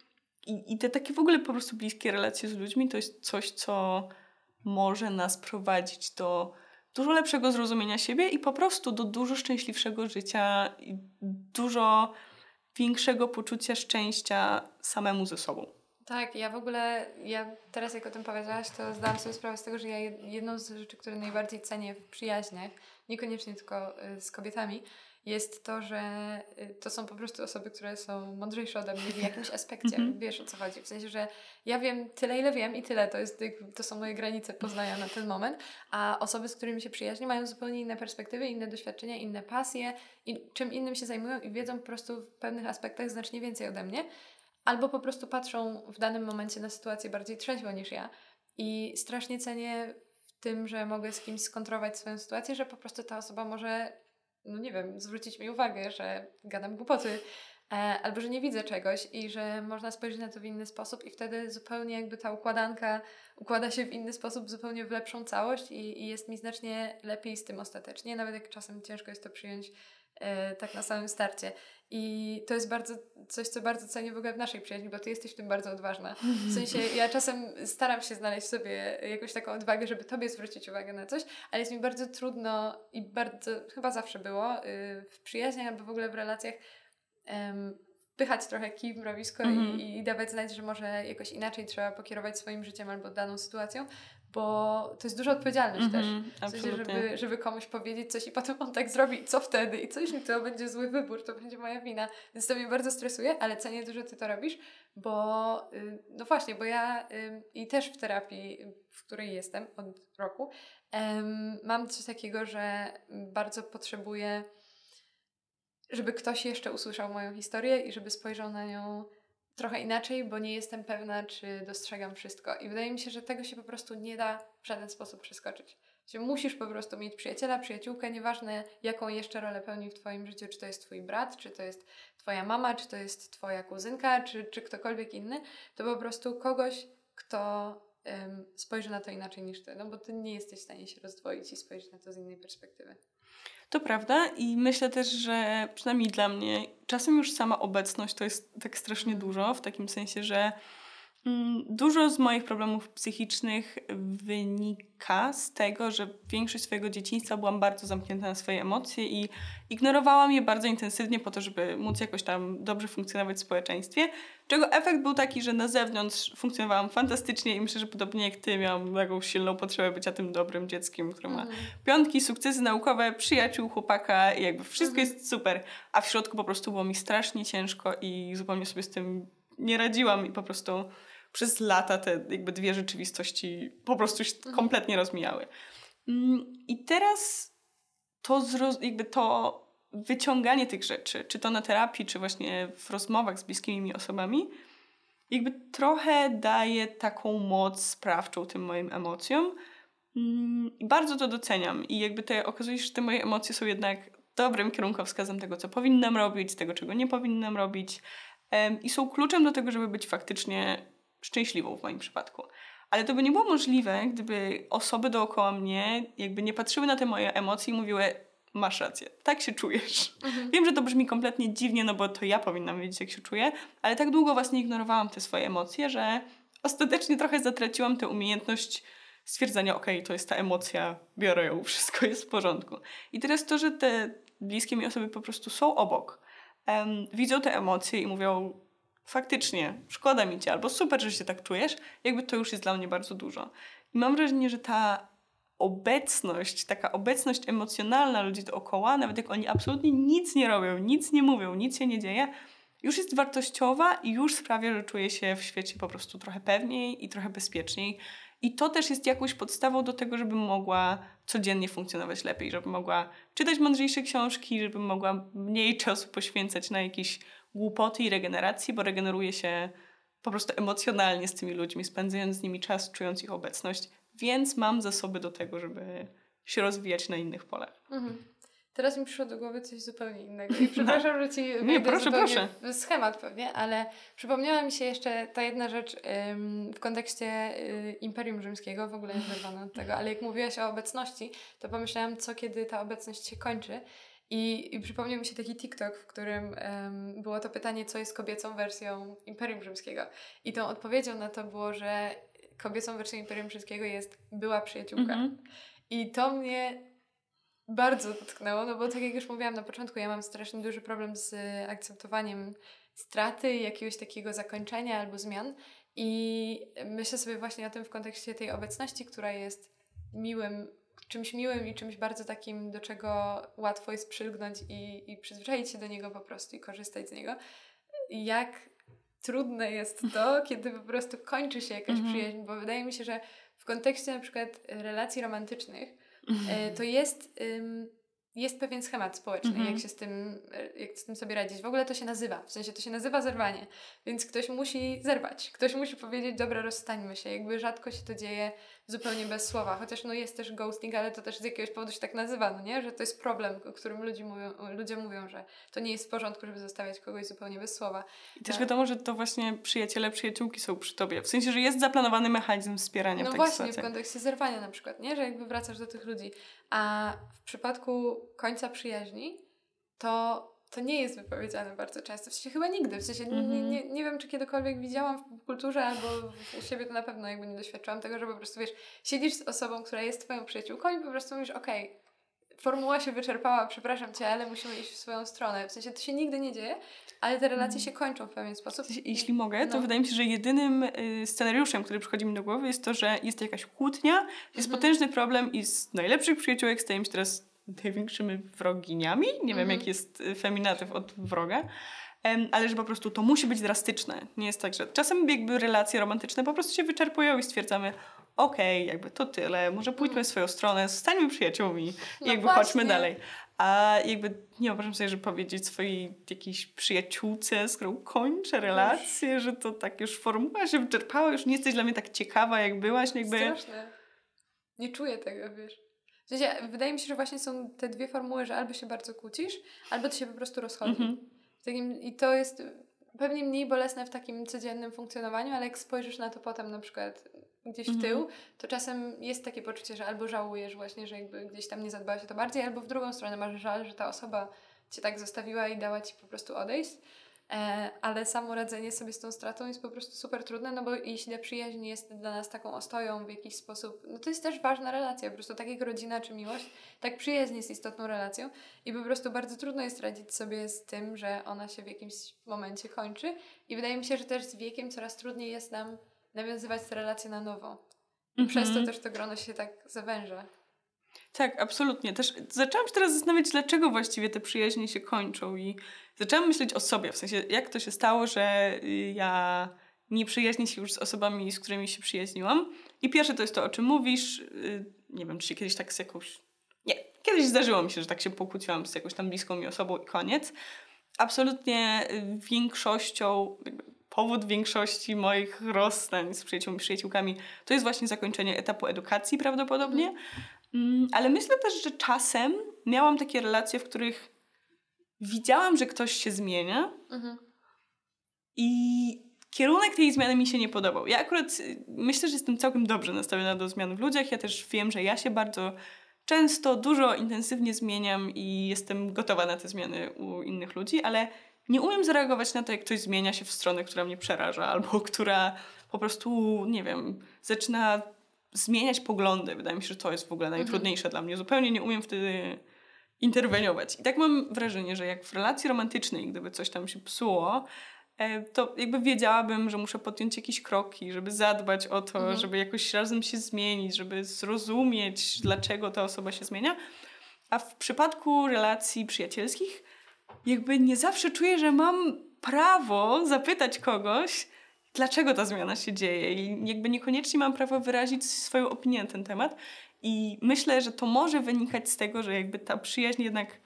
i, i te takie w ogóle po prostu bliskie relacje z ludźmi to jest coś, co może nas prowadzić do dużo lepszego zrozumienia siebie i po prostu do dużo szczęśliwszego życia i dużo większego poczucia szczęścia samemu ze sobą. Tak, ja w ogóle, ja teraz jak o tym powiedziałaś, to zdałam sobie sprawę z tego, że ja jedną z rzeczy, które najbardziej cenię w przyjaźniach, niekoniecznie tylko z kobietami, jest to, że to są po prostu osoby, które są mądrzejsze ode mnie w jakimś aspekcie. Mm-hmm. Wiesz, o co chodzi. W sensie, że ja wiem tyle, ile wiem i tyle. To, jest, to są moje granice poznania na ten moment. A osoby, z którymi się przyjaźnię, mają zupełnie inne perspektywy, inne doświadczenia, inne pasje i czym innym się zajmują i wiedzą po prostu w pewnych aspektach znacznie więcej ode mnie. Albo po prostu patrzą w danym momencie na sytuację bardziej trzeźwo niż ja. I strasznie cenię w tym, że mogę z kimś skontrować swoją sytuację, że po prostu ta osoba może, no nie wiem, zwrócić mi uwagę, że gadam głupoty, e, albo że nie widzę czegoś i że można spojrzeć na to w inny sposób i wtedy zupełnie jakby ta układanka układa się w inny sposób, zupełnie w lepszą całość i, i jest mi znacznie lepiej z tym ostatecznie, nawet jak czasem ciężko jest to przyjąć e, tak na samym starcie. I to jest bardzo coś, co bardzo cenię w ogóle w naszej przyjaźni, bo ty jesteś w tym bardzo odważna. W sensie ja czasem staram się znaleźć sobie jakąś taką odwagę, żeby tobie zwrócić uwagę na coś, ale jest mi bardzo trudno i bardzo, chyba zawsze było, w przyjaźniach albo w ogóle w relacjach um, wpychać trochę kij w mrowisko mm-hmm. i, i dawać znać, że może jakoś inaczej trzeba pokierować swoim życiem albo daną sytuacją, bo to jest duża odpowiedzialność mm-hmm, też. W sensie, żeby, żeby komuś powiedzieć coś i potem on tak zrobi, co wtedy? I co jeśli to będzie zły wybór, to będzie moja wina. Więc to mnie bardzo stresuje, ale cenię to, że ty to robisz, bo yy, no właśnie, bo ja yy, i też w terapii, w której jestem od roku, yy, mam coś takiego, że bardzo potrzebuję, żeby ktoś jeszcze usłyszał moją historię i żeby spojrzał na nią trochę inaczej, bo nie jestem pewna, czy dostrzegam wszystko. I wydaje mi się, że tego się po prostu nie da w żaden sposób przeskoczyć. Że musisz po prostu mieć przyjaciela, przyjaciółkę, nieważne jaką jeszcze rolę pełni w twoim życiu, czy to jest twój brat, czy to jest twoja mama, czy to jest twoja kuzynka, czy, czy ktokolwiek inny, to po prostu kogoś, kto um, spojrzy na to inaczej niż ty, no bo ty nie jesteś w stanie się rozdwoić i spojrzeć na to z innej perspektywy. To prawda i myślę też, że przynajmniej dla mnie czasem już sama obecność to jest tak strasznie dużo, w takim sensie, że mm, dużo z moich problemów psychicznych wynika z tego, że większość swojego dzieciństwa byłam bardzo zamknięta na swoje emocje i ignorowałam je bardzo intensywnie po to, żeby móc jakoś tam dobrze funkcjonować w społeczeństwie, czego efekt był taki, że na zewnątrz funkcjonowałam fantastycznie i myślę, że podobnie jak ty miałam taką silną potrzebę bycia tym dobrym dzieckiem, które ma mhm. piątki, sukcesy naukowe, przyjaciół, chłopaka i jakby wszystko mhm. jest super, a w środku po prostu było mi strasznie ciężko i zupełnie sobie z tym nie radziłam i po prostu przez lata te jakby dwie rzeczywistości po prostu się mhm. kompletnie rozmijały. I teraz to zroz- jakby to wyciąganie tych rzeczy, czy to na terapii, czy właśnie w rozmowach z bliskimi mi osobami, jakby trochę daje taką moc sprawczą tym moim emocjom i bardzo to doceniam i jakby te, okazuje się, że te moje emocje są jednak dobrym kierunkowskazem tego, co powinnam robić, tego, czego nie powinnam robić um, i są kluczem do tego, żeby być faktycznie szczęśliwą w moim przypadku. Ale to by nie było możliwe, gdyby osoby dookoła mnie jakby nie patrzyły na te moje emocje i mówiły: masz rację, tak się czujesz. Mhm. Wiem, że to brzmi kompletnie dziwnie, no bo to ja powinnam wiedzieć, jak się czuję, ale tak długo właśnie ignorowałam te swoje emocje, że ostatecznie trochę zatraciłam tę umiejętność stwierdzenia: okej, okay, to jest ta emocja, biorę ją, wszystko jest w porządku. I teraz to, że te bliskie mi osoby po prostu są obok, um, widzą te emocje i mówią: faktycznie, szkoda mi cię, albo super, że się tak czujesz, jakby to już jest dla mnie bardzo dużo. I mam wrażenie, że ta obecność, taka obecność emocjonalna ludzi dookoła, nawet jak oni absolutnie nic nie robią, nic nie mówią, nic się nie dzieje, już jest wartościowa i już sprawia, że czuję się w świecie po prostu trochę pewniej i trochę bezpieczniej. I to też jest jakąś podstawą do tego, żebym mogła codziennie funkcjonować lepiej, żebym mogła czytać mądrzejsze książki, żebym mogła mniej czasu poświęcać na jakieś głupoty i regeneracji, bo regeneruję się po prostu emocjonalnie z tymi ludźmi, spędzając z nimi czas, czując ich obecność, więc mam zasoby do tego, żeby się rozwijać na innych polach. Mhm. Teraz mi przyszło do głowy coś zupełnie innego i przepraszam, no. że ci nie, proszę, proszę. schemat pewnie, ale przypomniała mi się jeszcze ta jedna rzecz ym, w kontekście y, Imperium Rzymskiego, w ogóle nie oderwana od tego, ale jak mówiłaś o obecności, to pomyślałam, co kiedy ta obecność się kończy. I, i przypomniał mi się taki TikTok, w którym um, było to pytanie, co jest kobiecą wersją Imperium Rzymskiego. I tą odpowiedzią na to było, że kobiecą wersją Imperium Rzymskiego jest była przyjaciółka. Mm-hmm. I to mnie bardzo dotknęło, no bo tak jak już mówiłam na początku, ja mam strasznie duży problem z akceptowaniem straty, jakiegoś takiego zakończenia albo zmian. I myślę sobie właśnie o tym w kontekście tej obecności, która jest miłym czymś miłym i czymś bardzo takim, do czego łatwo jest przylgnąć i, i przyzwyczaić się do niego po prostu i korzystać z niego. Jak trudne jest to, kiedy po prostu kończy się jakaś mm-hmm. przyjaźń, bo wydaje mi się, że w kontekście na przykład relacji romantycznych mm-hmm. to jest, ym, jest pewien schemat społeczny, mm-hmm. jak się z tym, jak z tym sobie radzić. W ogóle to się nazywa, w sensie to się nazywa zerwanie, więc ktoś musi zerwać, ktoś musi powiedzieć: dobra, rozstańmy się, jakby rzadko się to dzieje zupełnie bez słowa, chociaż no jest też ghosting, ale to też z jakiegoś powodu się tak nazywa, no nie? Że to jest problem, o którym ludzie mówią, ludzie mówią, że to nie jest w porządku, żeby zostawiać kogoś zupełnie bez słowa. I też wiadomo, że to właśnie przyjaciele, przyjaciółki są przy tobie, w sensie, że jest zaplanowany mechanizm wspierania no w takich właśnie, sytuacjach. W kontekście zerwania na przykład, nie? Że jakby wracasz do tych ludzi, a w przypadku końca przyjaźni to to nie jest wypowiedziane bardzo często. W sensie chyba nigdy. W sensie mm-hmm. nie, nie, nie wiem, czy kiedykolwiek widziałam w kulturze albo u siebie to na pewno jakby nie doświadczyłam tego, że po prostu wiesz, siedzisz z osobą, która jest twoją przyjaciółką i po prostu mówisz: okej, okay, formuła się wyczerpała, przepraszam cię, ale musimy iść w swoją stronę. W sensie to się nigdy nie dzieje, ale te relacje mm. się kończą w pewien sposób. W sensie, jeśli mogę, to no. wydaje mi się, że jedynym y, scenariuszem, który przychodzi mi do głowy, jest to, że jest jakaś kłótnia, jest mm-hmm. potężny problem i z najlepszych przyjaciółek stajemy się teraz największymi wroginiami. Nie mm-hmm. wiem, jaki jest feminatyw od wroga. Um, ale że po prostu to musi być drastyczne. Nie jest tak, że czasem jakby relacje romantyczne po prostu się wyczerpują i stwierdzamy: okej, okay, jakby to tyle, może pójdźmy w swoją stronę, zostańmy przyjaciółmi no i jakby właśnie. chodźmy dalej. A jakby nie wyobrażam sobie, że powiedzieć swojej jakiejś przyjaciółce, z którą kończę relację, już. że to tak już formuła się wyczerpała, już nie jesteś dla mnie tak ciekawa, jak byłaś. Jakby... Straszne. Nie czuję tego, wiesz. W sensie, wydaje mi się, że właśnie są te dwie formuły, że albo się bardzo kłócisz, albo to się po prostu rozchodzi. Mm-hmm. Takim, I to jest pewnie mniej bolesne w takim codziennym funkcjonowaniu, ale jak spojrzysz na to potem na przykład gdzieś w tył, mm-hmm. to czasem jest takie poczucie, że albo żałujesz właśnie, że jakby gdzieś tam nie zadbałaś o to bardziej, albo w drugą stronę masz żal, że ta osoba cię tak zostawiła i dała ci po prostu odejść. E, ale samo radzenie sobie z tą stratą jest po prostu super trudne, no bo jeśli ta przyjaźń jest dla nas taką ostoją w jakiś sposób, no to jest też ważna relacja, po prostu tak jak rodzina czy miłość, tak przyjaźń jest istotną relacją i po prostu bardzo trudno jest radzić sobie z tym, że ona się w jakimś momencie kończy i wydaje mi się, że też z wiekiem coraz trudniej jest nam nawiązywać te relacje na nowo. Mm-hmm. Przez to też to grono się tak zawęża. Tak, absolutnie. Też zaczęłam się teraz zastanawiać, dlaczego właściwie te przyjaźnie się kończą i zaczęłam myśleć o sobie, w sensie jak to się stało, że ja nie przyjaźnię się już z osobami, z którymi się przyjaźniłam. I pierwsze to jest to, o czym mówisz. Nie wiem, czy się kiedyś tak z jakąś... Nie, kiedyś zdarzyło mi się, że tak się pokłóciłam z jakąś tam bliską mi osobą i koniec. Absolutnie większością... Powód większości moich rozstań z przyjaciółmi, przyjaciółkami to jest właśnie zakończenie etapu edukacji prawdopodobnie. Ale myślę też, że czasem miałam takie relacje, w których widziałam, że ktoś się zmienia mhm. i kierunek tej zmiany mi się nie podobał. Ja akurat myślę, że jestem całkiem dobrze nastawiona do zmian w ludziach. Ja też wiem, że ja się bardzo często, dużo intensywnie zmieniam i jestem gotowa na te zmiany u innych ludzi, ale nie umiem zareagować na to, jak ktoś zmienia się w stronę, która mnie przeraża albo która po prostu, nie wiem, zaczyna zmieniać poglądy. Wydaje mi się, że to jest w ogóle najtrudniejsze mhm. dla mnie. Zupełnie nie umiem wtedy interweniować. I tak mam wrażenie, że jak w relacji romantycznej, gdyby coś tam się psuło, to jakby wiedziałabym, że muszę podjąć jakieś kroki, żeby zadbać o to, mhm. żeby jakoś razem się zmienić, żeby zrozumieć, dlaczego ta osoba się zmienia. A w przypadku relacji przyjacielskich jakby nie zawsze czuję, że mam prawo zapytać kogoś, dlaczego ta zmiana się dzieje. I jakby niekoniecznie mam prawo wyrazić swoją opinię na ten temat. I myślę, że to może wynikać z tego, że jakby ta przyjaźń jednak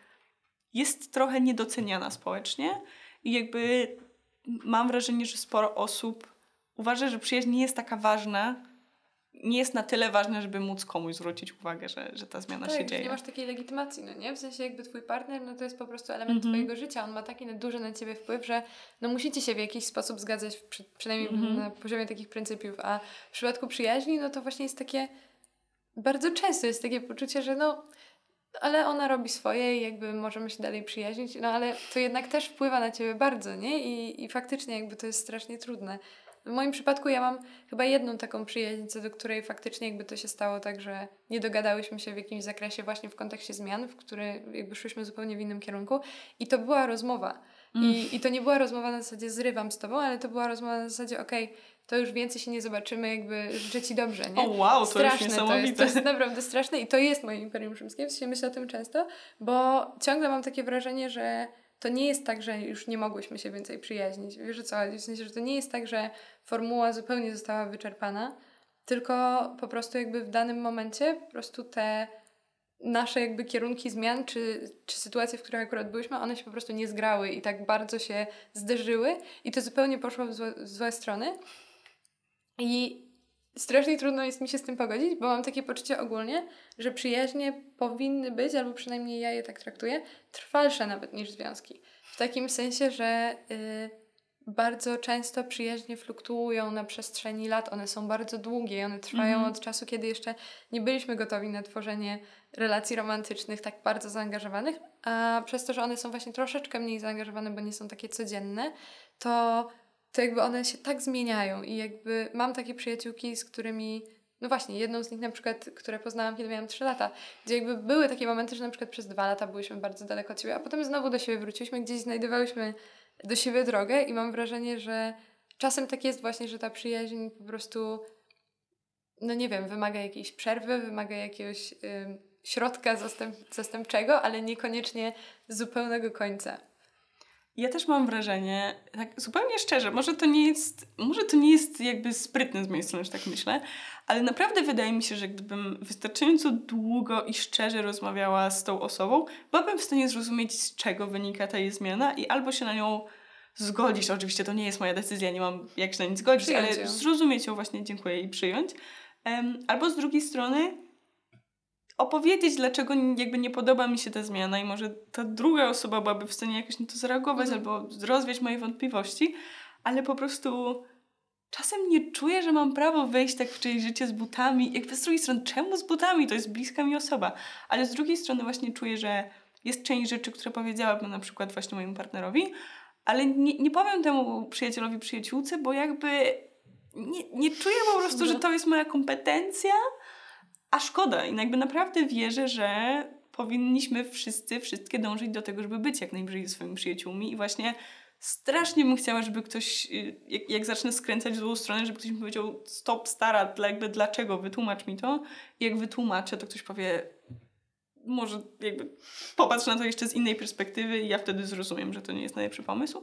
jest trochę niedoceniana społecznie i jakby mam wrażenie, że sporo osób uważa, że przyjaźń nie jest taka ważna, nie jest na tyle ważna, żeby móc komuś zwrócić uwagę, że, że ta zmiana tak, się dzieje. Nie masz takiej legitymacji, no nie? W sensie jakby twój partner, no to jest po prostu element mm-hmm. twojego życia. On ma taki duży na ciebie wpływ, że no musicie się w jakiś sposób zgadzać, przy, przynajmniej mm-hmm. na poziomie takich pryncypiów. A w przypadku przyjaźni, no to właśnie jest takie, bardzo często jest takie poczucie, że no ale ona robi swoje i jakby możemy się dalej przyjaźnić, no ale to jednak też wpływa na ciebie bardzo, nie? I, i faktycznie jakby to jest strasznie trudne. W moim przypadku ja mam chyba jedną taką przyjaźń, co do której faktycznie jakby to się stało tak, że nie dogadałyśmy się w jakimś zakresie właśnie w kontekście zmian, w które jakby szłyśmy zupełnie w innym kierunku i to była rozmowa. Mm. I, I to nie była rozmowa na zasadzie zrywam z tobą, ale to była rozmowa na zasadzie okej, okay, to już więcej się nie zobaczymy, jakby życzę ci dobrze, nie? O wow, to straszne już niesamowite. To jest, to jest naprawdę straszne i to jest moje imperium rzymskie, w sensie myślę o tym często, bo ciągle mam takie wrażenie, że to nie jest tak, że już nie mogłyśmy się więcej przyjaźnić. Wiesz o co chodzi? W sensie, że to nie jest tak, że formuła zupełnie została wyczerpana, tylko po prostu jakby w danym momencie po prostu te nasze jakby kierunki zmian, czy, czy sytuacje, w których akurat byliśmy, one się po prostu nie zgrały i tak bardzo się zderzyły i to zupełnie poszło w złe, w złe strony. I strasznie trudno jest mi się z tym pogodzić, bo mam takie poczucie ogólnie, że przyjaźnie powinny być, albo przynajmniej ja je tak traktuję, trwalsze nawet niż związki. W takim sensie, że yy, bardzo często przyjaźnie fluktuują na przestrzeni lat, one są bardzo długie, one trwają mm-hmm. od czasu, kiedy jeszcze nie byliśmy gotowi na tworzenie relacji romantycznych tak bardzo zaangażowanych, a przez to, że one są właśnie troszeczkę mniej zaangażowane, bo nie są takie codzienne, to to jakby one się tak zmieniają i jakby mam takie przyjaciółki, z którymi, no właśnie, jedną z nich na przykład, które poznałam, kiedy miałam trzy lata, gdzie jakby były takie momenty, że na przykład przez dwa lata byłyśmy bardzo daleko od siebie, a potem znowu do siebie wróciłyśmy, gdzieś znajdowałyśmy do siebie drogę i mam wrażenie, że czasem tak jest właśnie, że ta przyjaźń po prostu, no nie wiem, wymaga jakiejś przerwy, wymaga jakiegoś ym, środka zastęp, zastępczego, ale niekoniecznie zupełnego końca. Ja też mam wrażenie, tak zupełnie szczerze, może to nie jest, może to nie jest jakby sprytne z mojej strony, że tak myślę, ale naprawdę wydaje mi się, że gdybym wystarczająco długo i szczerze rozmawiała z tą osobą, byłabym w stanie zrozumieć, z czego wynika ta jej zmiana i albo się na nią zgodzić, oczywiście to nie jest moja decyzja, nie mam jak się na nic zgodzić, przyjąć ale ją. Zrozumieć ją właśnie, dziękuję, i przyjąć. Um, albo z drugiej strony opowiedzieć, dlaczego jakby nie podoba mi się ta zmiana i może ta druga osoba byłaby w stanie jakoś na to zareagować mm. albo rozwiać moje wątpliwości, ale po prostu czasem nie czuję, że mam prawo wejść tak w czyjeś życie z butami. Jakby z drugiej strony, czemu z butami? To jest bliska mi osoba. Ale z drugiej strony właśnie czuję, że jest część rzeczy, które powiedziałabym na przykład właśnie mojemu partnerowi, ale nie, nie powiem temu przyjacielowi, przyjaciółce, bo jakby nie, nie czuję po prostu, że to jest moja kompetencja, a szkoda. I jakby naprawdę wierzę, że powinniśmy wszyscy, wszystkie dążyć do tego, żeby być jak najbliżej ze swoimi przyjaciółmi i właśnie strasznie bym chciała, żeby ktoś, jak, jak zacznę skręcać w złą stronę, żeby ktoś mi powiedział stop, stara, dla, jakby dlaczego, wytłumacz mi to. I jak wytłumaczę, to ktoś powie może jakby popatrz na to jeszcze z innej perspektywy i ja wtedy zrozumiem, że to nie jest najlepszy pomysł.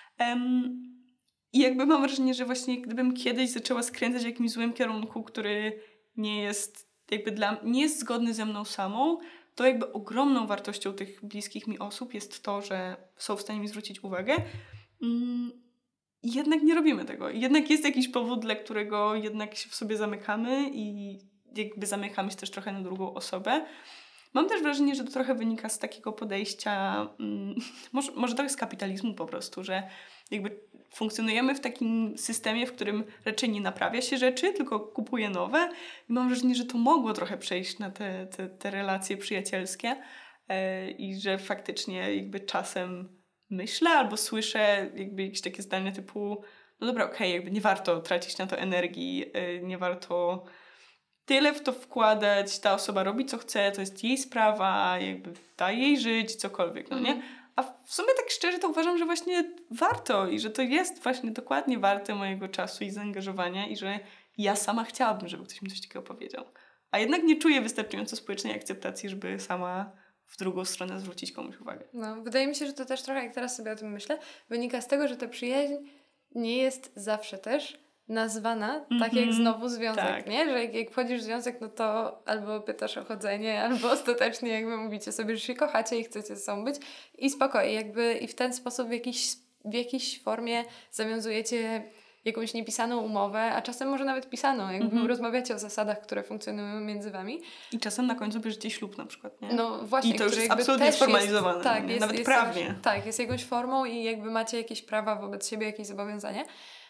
Um, I jakby mam wrażenie, że właśnie gdybym kiedyś zaczęła skręcać w jakimś złym kierunku, który nie jest jakby dla nie jest zgodny ze mną samą, to jakby ogromną wartością tych bliskich mi osób jest to, że są w stanie mi zwrócić uwagę. Mm, I jednak nie robimy tego. Jednak jest jakiś powód, dla którego jednak się w sobie zamykamy i jakby zamykamy się też trochę na drugą osobę. Mam też wrażenie, że to trochę wynika z takiego podejścia, mm, może, może trochę z kapitalizmu po prostu, że jakby funkcjonujemy w takim systemie, w którym raczej nie naprawia się rzeczy, tylko kupuje nowe. I mam wrażenie, że to mogło trochę przejść na te, te, te relacje przyjacielskie yy, i że faktycznie jakby czasem myślę albo słyszę jakby jakieś takie zdania typu no dobra, okej, okay, jakby nie warto tracić na to energii, yy, nie warto tyle w to wkładać, ta osoba robi co chce, to jest jej sprawa, jakby daj jej żyć, cokolwiek, no nie? A w sumie tak szczerze to uważam, że właśnie warto i że to jest właśnie dokładnie warte mojego czasu i zaangażowania i że ja sama chciałabym, żeby ktoś mi coś takiego powiedział. A jednak nie czuję wystarczająco społecznej akceptacji, żeby sama w drugą stronę zwrócić komuś uwagę. No, wydaje mi się, że to też trochę, jak teraz sobie o tym myślę, wynika z tego, że ta przyjaźń nie jest zawsze też nazwana mm-hmm. tak jak znowu związek, tak. nie? Że jak, jak wchodzisz w związek, no to albo pytasz o chodzenie, albo ostatecznie jakby mówicie sobie, że się kochacie i chcecie ze sobą być i spokojnie, jakby i w ten sposób w jakiś, w jakiejś formie zawiązujecie jakąś niepisaną umowę, a czasem może nawet pisaną, jakby mm-hmm. rozmawiacie o zasadach, które funkcjonują między wami. I czasem na końcu bierzecie ślub na przykład, nie? No właśnie. I to już jest absolutnie sformalizowane. Jest, tak, jest, nawet jest prawnie. Jakąś, tak, jest jakąś formą i jakby macie jakieś prawa wobec siebie, jakieś zobowiązania.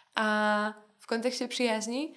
A w kontekście przyjaźni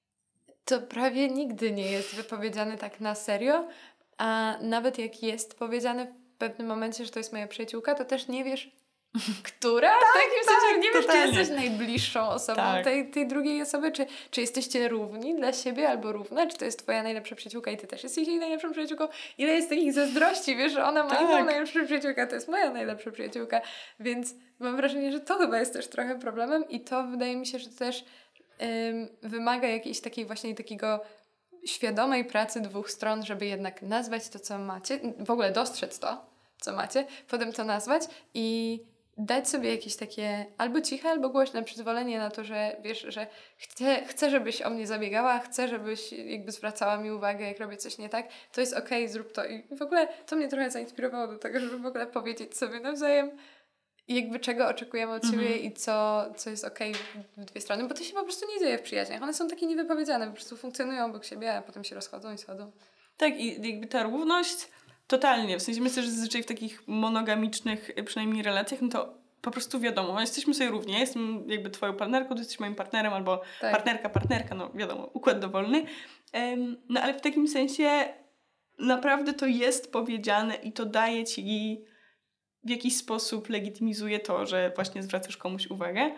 to prawie nigdy nie jest wypowiedziane tak na serio, a nawet jak jest powiedziane w pewnym momencie, że to jest moja przyjaciółka, to też nie wiesz, która? tak, w takim tak, sensie, nie wiesz, totalnie. czy jesteś najbliższą osobą tak. tej, tej drugiej osoby, czy, czy jesteście równi dla siebie albo równe, czy to jest twoja najlepsza przyjaciółka i ty też jesteś jej najlepszą przyjaciółką. Ile jest takich zazdrości, wiesz, że ona ma tak. inną najlepszą przyjaciółkę, to jest moja najlepsza przyjaciółka, więc mam wrażenie, że to chyba jest też trochę problemem i to wydaje mi się, że też ym, wymaga jakiejś takiej właśnie takiego świadomej pracy dwóch stron, żeby jednak nazwać to, co macie, w ogóle dostrzec to, co macie, potem to nazwać i dać sobie jakieś takie albo ciche, albo głośne przyzwolenie na to, że wiesz, że chcę, chcę, żebyś o mnie zabiegała, chcę, żebyś jakby zwracała mi uwagę, jak robię coś nie tak, to jest okej, okay, zrób to. I w ogóle to mnie trochę zainspirowało do tego, żeby w ogóle powiedzieć sobie nawzajem, jakby czego oczekujemy od siebie mm-hmm. i co, co jest okej okay w dwie strony, bo to się po prostu nie dzieje w przyjaźniach. One są takie niewypowiedziane, po prostu funkcjonują obok siebie, a potem się rozchodzą i schodzą. Tak, i jakby ta równość totalnie, w sensie myślę, że zazwyczaj w takich monogamicznych przynajmniej relacjach, no to po prostu wiadomo, jesteśmy sobie równi, ja jestem jakby twoją partnerką, ty jesteś moim partnerem, albo tak. partnerka, partnerka, no wiadomo, układ dowolny. Um, no ale w takim sensie naprawdę to jest powiedziane i to daje ci w jakiś sposób legitymizuje to, że właśnie zwracasz komuś uwagę.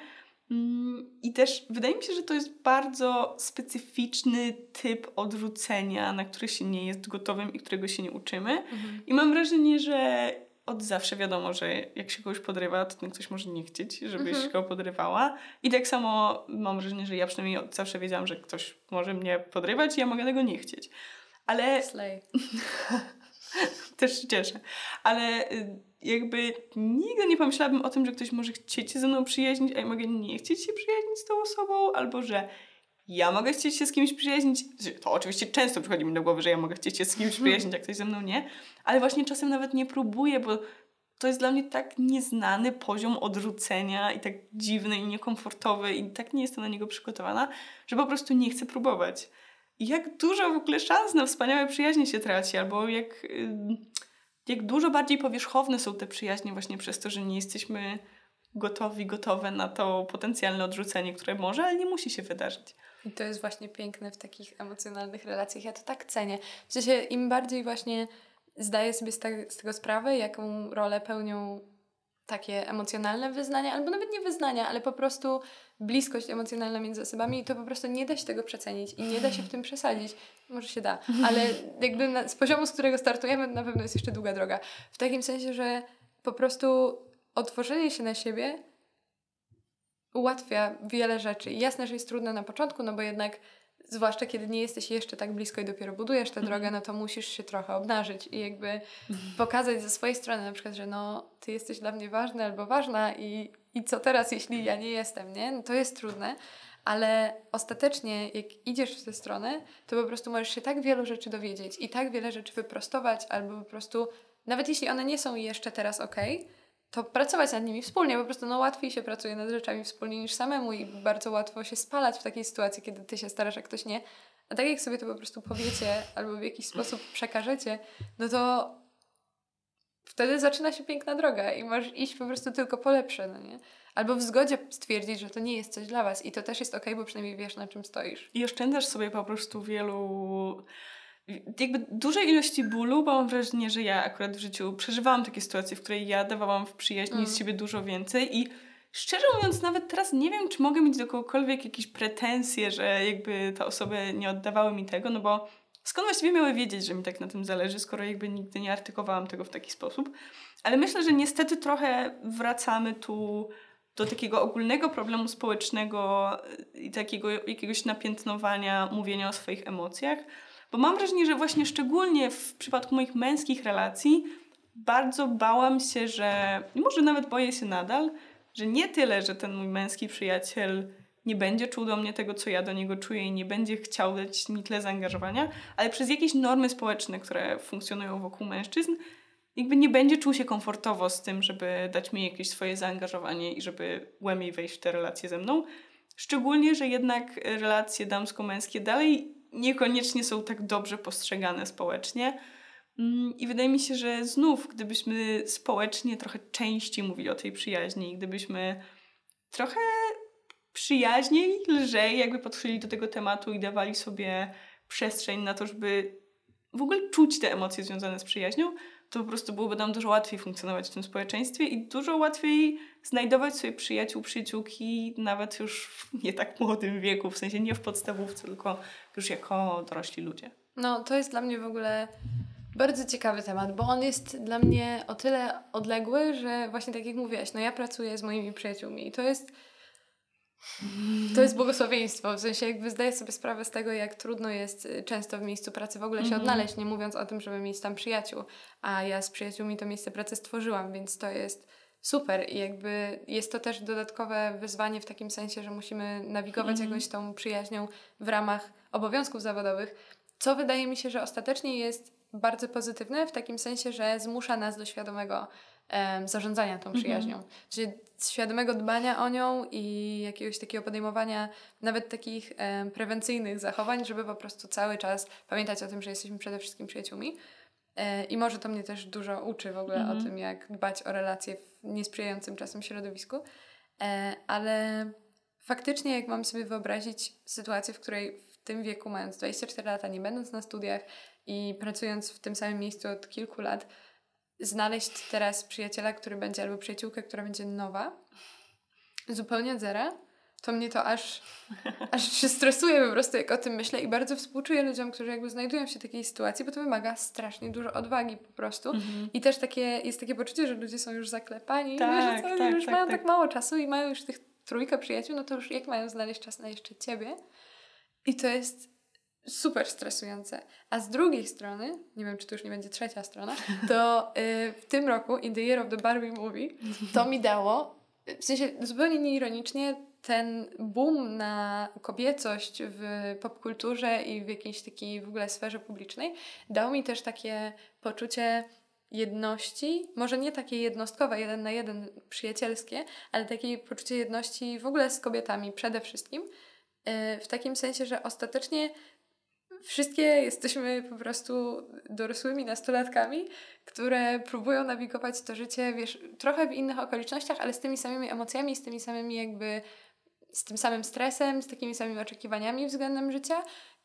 I też wydaje mi się, że to jest bardzo specyficzny typ odrzucenia, na który się nie jest gotowym i którego się nie uczymy. Mhm. I mam wrażenie, że od zawsze wiadomo, że jak się kogoś podrywa, to ten ktoś może nie chcieć, żebyś mhm. go podrywała. I tak samo mam wrażenie, że ja przynajmniej od zawsze wiedziałam, że ktoś może mnie podrywać i ja mogę tego nie chcieć. Ale... Slay. Też się cieszę. Ale jakby nigdy nie pomyślałabym o tym, że ktoś może chcieć się ze mną przyjaźnić, a ja mogę nie chcieć się przyjaźnić z tą osobą, albo że ja mogę chcieć się z kimś przyjaźnić. To oczywiście często przychodzi mi do głowy, że ja mogę chcieć się z kimś przyjaźnić, jak ktoś ze mną nie, ale właśnie czasem nawet nie próbuję, bo to jest dla mnie tak nieznany poziom odrzucenia i tak dziwny i niekomfortowy i tak nie jestem na niego przygotowana, że po prostu nie chcę próbować. I jak dużo w ogóle szans na wspaniałe przyjaźnie się traci, albo jak, jak dużo bardziej powierzchowne są te przyjaźnie właśnie przez to, że nie jesteśmy gotowi, gotowe na to potencjalne odrzucenie, które może, ale nie musi się wydarzyć. I to jest właśnie piękne w takich emocjonalnych relacjach. Ja to tak cenię. W sensie im bardziej właśnie zdaję sobie z, te, z tego sprawę, jaką rolę pełnią takie emocjonalne wyznania, albo nawet nie wyznania, ale po prostu bliskość emocjonalna między osobami, to po prostu nie da się tego przecenić i nie da się w tym przesadzić. Może się da, ale jakby na, z poziomu, z którego startujemy, na pewno jest jeszcze długa droga. W takim sensie, że po prostu otworzenie się na siebie ułatwia wiele rzeczy. I jasne, że jest trudne na początku, no bo jednak zwłaszcza kiedy nie jesteś jeszcze tak blisko i dopiero budujesz tę drogę, no to musisz się trochę obnażyć i jakby pokazać ze swojej strony na przykład, że no ty jesteś dla mnie ważny albo ważna i, i co teraz, jeśli ja nie jestem, nie? No to jest trudne, ale ostatecznie jak idziesz w tę stronę, to po prostu możesz się tak wielu rzeczy dowiedzieć i tak wiele rzeczy wyprostować albo po prostu, nawet jeśli one nie są jeszcze teraz okej, to pracować nad nimi wspólnie. Po prostu no, łatwiej się pracuje nad rzeczami wspólnie niż samemu i bardzo łatwo się spalać w takiej sytuacji, kiedy ty się starasz, a ktoś nie. A tak jak sobie to po prostu powiecie albo w jakiś sposób przekażecie, no to wtedy zaczyna się piękna droga i możesz iść po prostu tylko po lepsze, no nie? Albo w zgodzie stwierdzić, że to nie jest coś dla was i to też jest okej, bo przynajmniej wiesz, na czym stoisz. I oszczędzasz sobie po prostu wielu... jakby dużej ilości bólu, bo mam wrażenie, że ja akurat w życiu przeżywałam takie sytuacje, w której ja dawałam w przyjaźni mm. z siebie dużo więcej i szczerze mówiąc nawet teraz nie wiem, czy mogę mieć do kogokolwiek jakieś pretensje, że jakby te osoby nie oddawały mi tego, no bo skąd właściwie miały wiedzieć, że mi tak na tym zależy, skoro jakby nigdy nie artykowałam tego w taki sposób. Ale myślę, że niestety trochę wracamy tu do takiego ogólnego problemu społecznego i takiego jakiegoś napiętnowania, mówienia o swoich emocjach. Bo mam wrażenie, że właśnie szczególnie w przypadku moich męskich relacji bardzo bałam się, że, i może nawet boję się nadal, że nie tyle, że ten mój męski przyjaciel nie będzie czuł do mnie tego, co ja do niego czuję i nie będzie chciał dać mi tyle zaangażowania, ale przez jakieś normy społeczne, które funkcjonują wokół mężczyzn, jakby nie będzie czuł się komfortowo z tym, żeby dać mi jakieś swoje zaangażowanie i żeby głębiej wejść w te relacje ze mną. Szczególnie, że jednak relacje damsko-męskie dalej niekoniecznie są tak dobrze postrzegane społecznie. I wydaje mi się, że znów, gdybyśmy społecznie trochę częściej mówili o tej przyjaźni, gdybyśmy trochę przyjaźniej, lżej jakby podchodzili do tego tematu i dawali sobie przestrzeń na to, żeby w ogóle czuć te emocje związane z przyjaźnią, to po prostu byłoby nam dużo łatwiej funkcjonować w tym społeczeństwie i dużo łatwiej znajdować sobie przyjaciół, przyjaciółki nawet już w nie tak młodym wieku, w sensie nie w podstawówce, tylko już jako dorośli ludzie. No, to jest dla mnie w ogóle bardzo ciekawy temat, bo on jest dla mnie o tyle odległy, że właśnie tak jak mówiłaś, no ja pracuję z moimi przyjaciółmi i to jest to jest błogosławieństwo, w sensie jakby zdaję sobie sprawę z tego, jak trudno jest często w miejscu pracy w ogóle się mm-hmm. odnaleźć, nie mówiąc o tym, żeby mieć tam przyjaciół, a ja z przyjaciółmi to miejsce pracy stworzyłam, więc to jest super i jakby jest to też dodatkowe wyzwanie w takim sensie, że musimy nawigować mm-hmm. jakąś tą przyjaźnią w ramach obowiązków zawodowych, co wydaje mi się, że ostatecznie jest bardzo pozytywne w takim sensie, że zmusza nas do świadomego um, zarządzania tą przyjaźnią. Mm-hmm. Czyli świadomego dbania o nią i jakiegoś takiego podejmowania nawet takich um, prewencyjnych zachowań, żeby po prostu cały czas pamiętać o tym, że jesteśmy przede wszystkim przyjaciółmi. E, I może to mnie też dużo uczy w ogóle mm-hmm. o tym, jak dbać o relacje w niesprzyjającym czasem środowisku. E, ale faktycznie jak mam sobie wyobrazić sytuację, w której w tym wieku, mając dwadzieścia cztery lata, nie będąc na studiach i pracując w tym samym miejscu od kilku lat, znaleźć teraz przyjaciela, który będzie, albo przyjaciółkę, która będzie nowa, zupełnie od zera, to mnie to aż, aż się stresuje po prostu, jak o tym myślę i bardzo współczuję ludziom, którzy jakby znajdują się w takiej sytuacji, bo to wymaga strasznie dużo odwagi po prostu. Mm-hmm. I też takie, jest takie poczucie, że ludzie są już zaklepani, tak, że co, tak, już tak, mają tak. tak mało czasu i mają już tych trójkę przyjaciół, no to już jak mają znaleźć czas na jeszcze ciebie? I to jest super stresujące. A z drugiej strony, nie wiem, czy to już nie będzie trzecia strona, to y, w tym roku In the Year of the Barbie Movie to mi dało, w sensie zupełnie nieironicznie, ten boom na kobiecość w popkulturze i w jakiejś takiej w ogóle sferze publicznej dał mi też takie poczucie jedności, może nie takie jednostkowe, jeden na jeden przyjacielskie, ale takie poczucie jedności w ogóle z kobietami przede wszystkim, w takim sensie, że ostatecznie wszystkie jesteśmy po prostu dorosłymi nastolatkami, które próbują nawigować to życie, wiesz, trochę w innych okolicznościach, ale z tymi samymi emocjami, z tymi samymi jakby, z tym samym stresem, z takimi samymi oczekiwaniami względem życia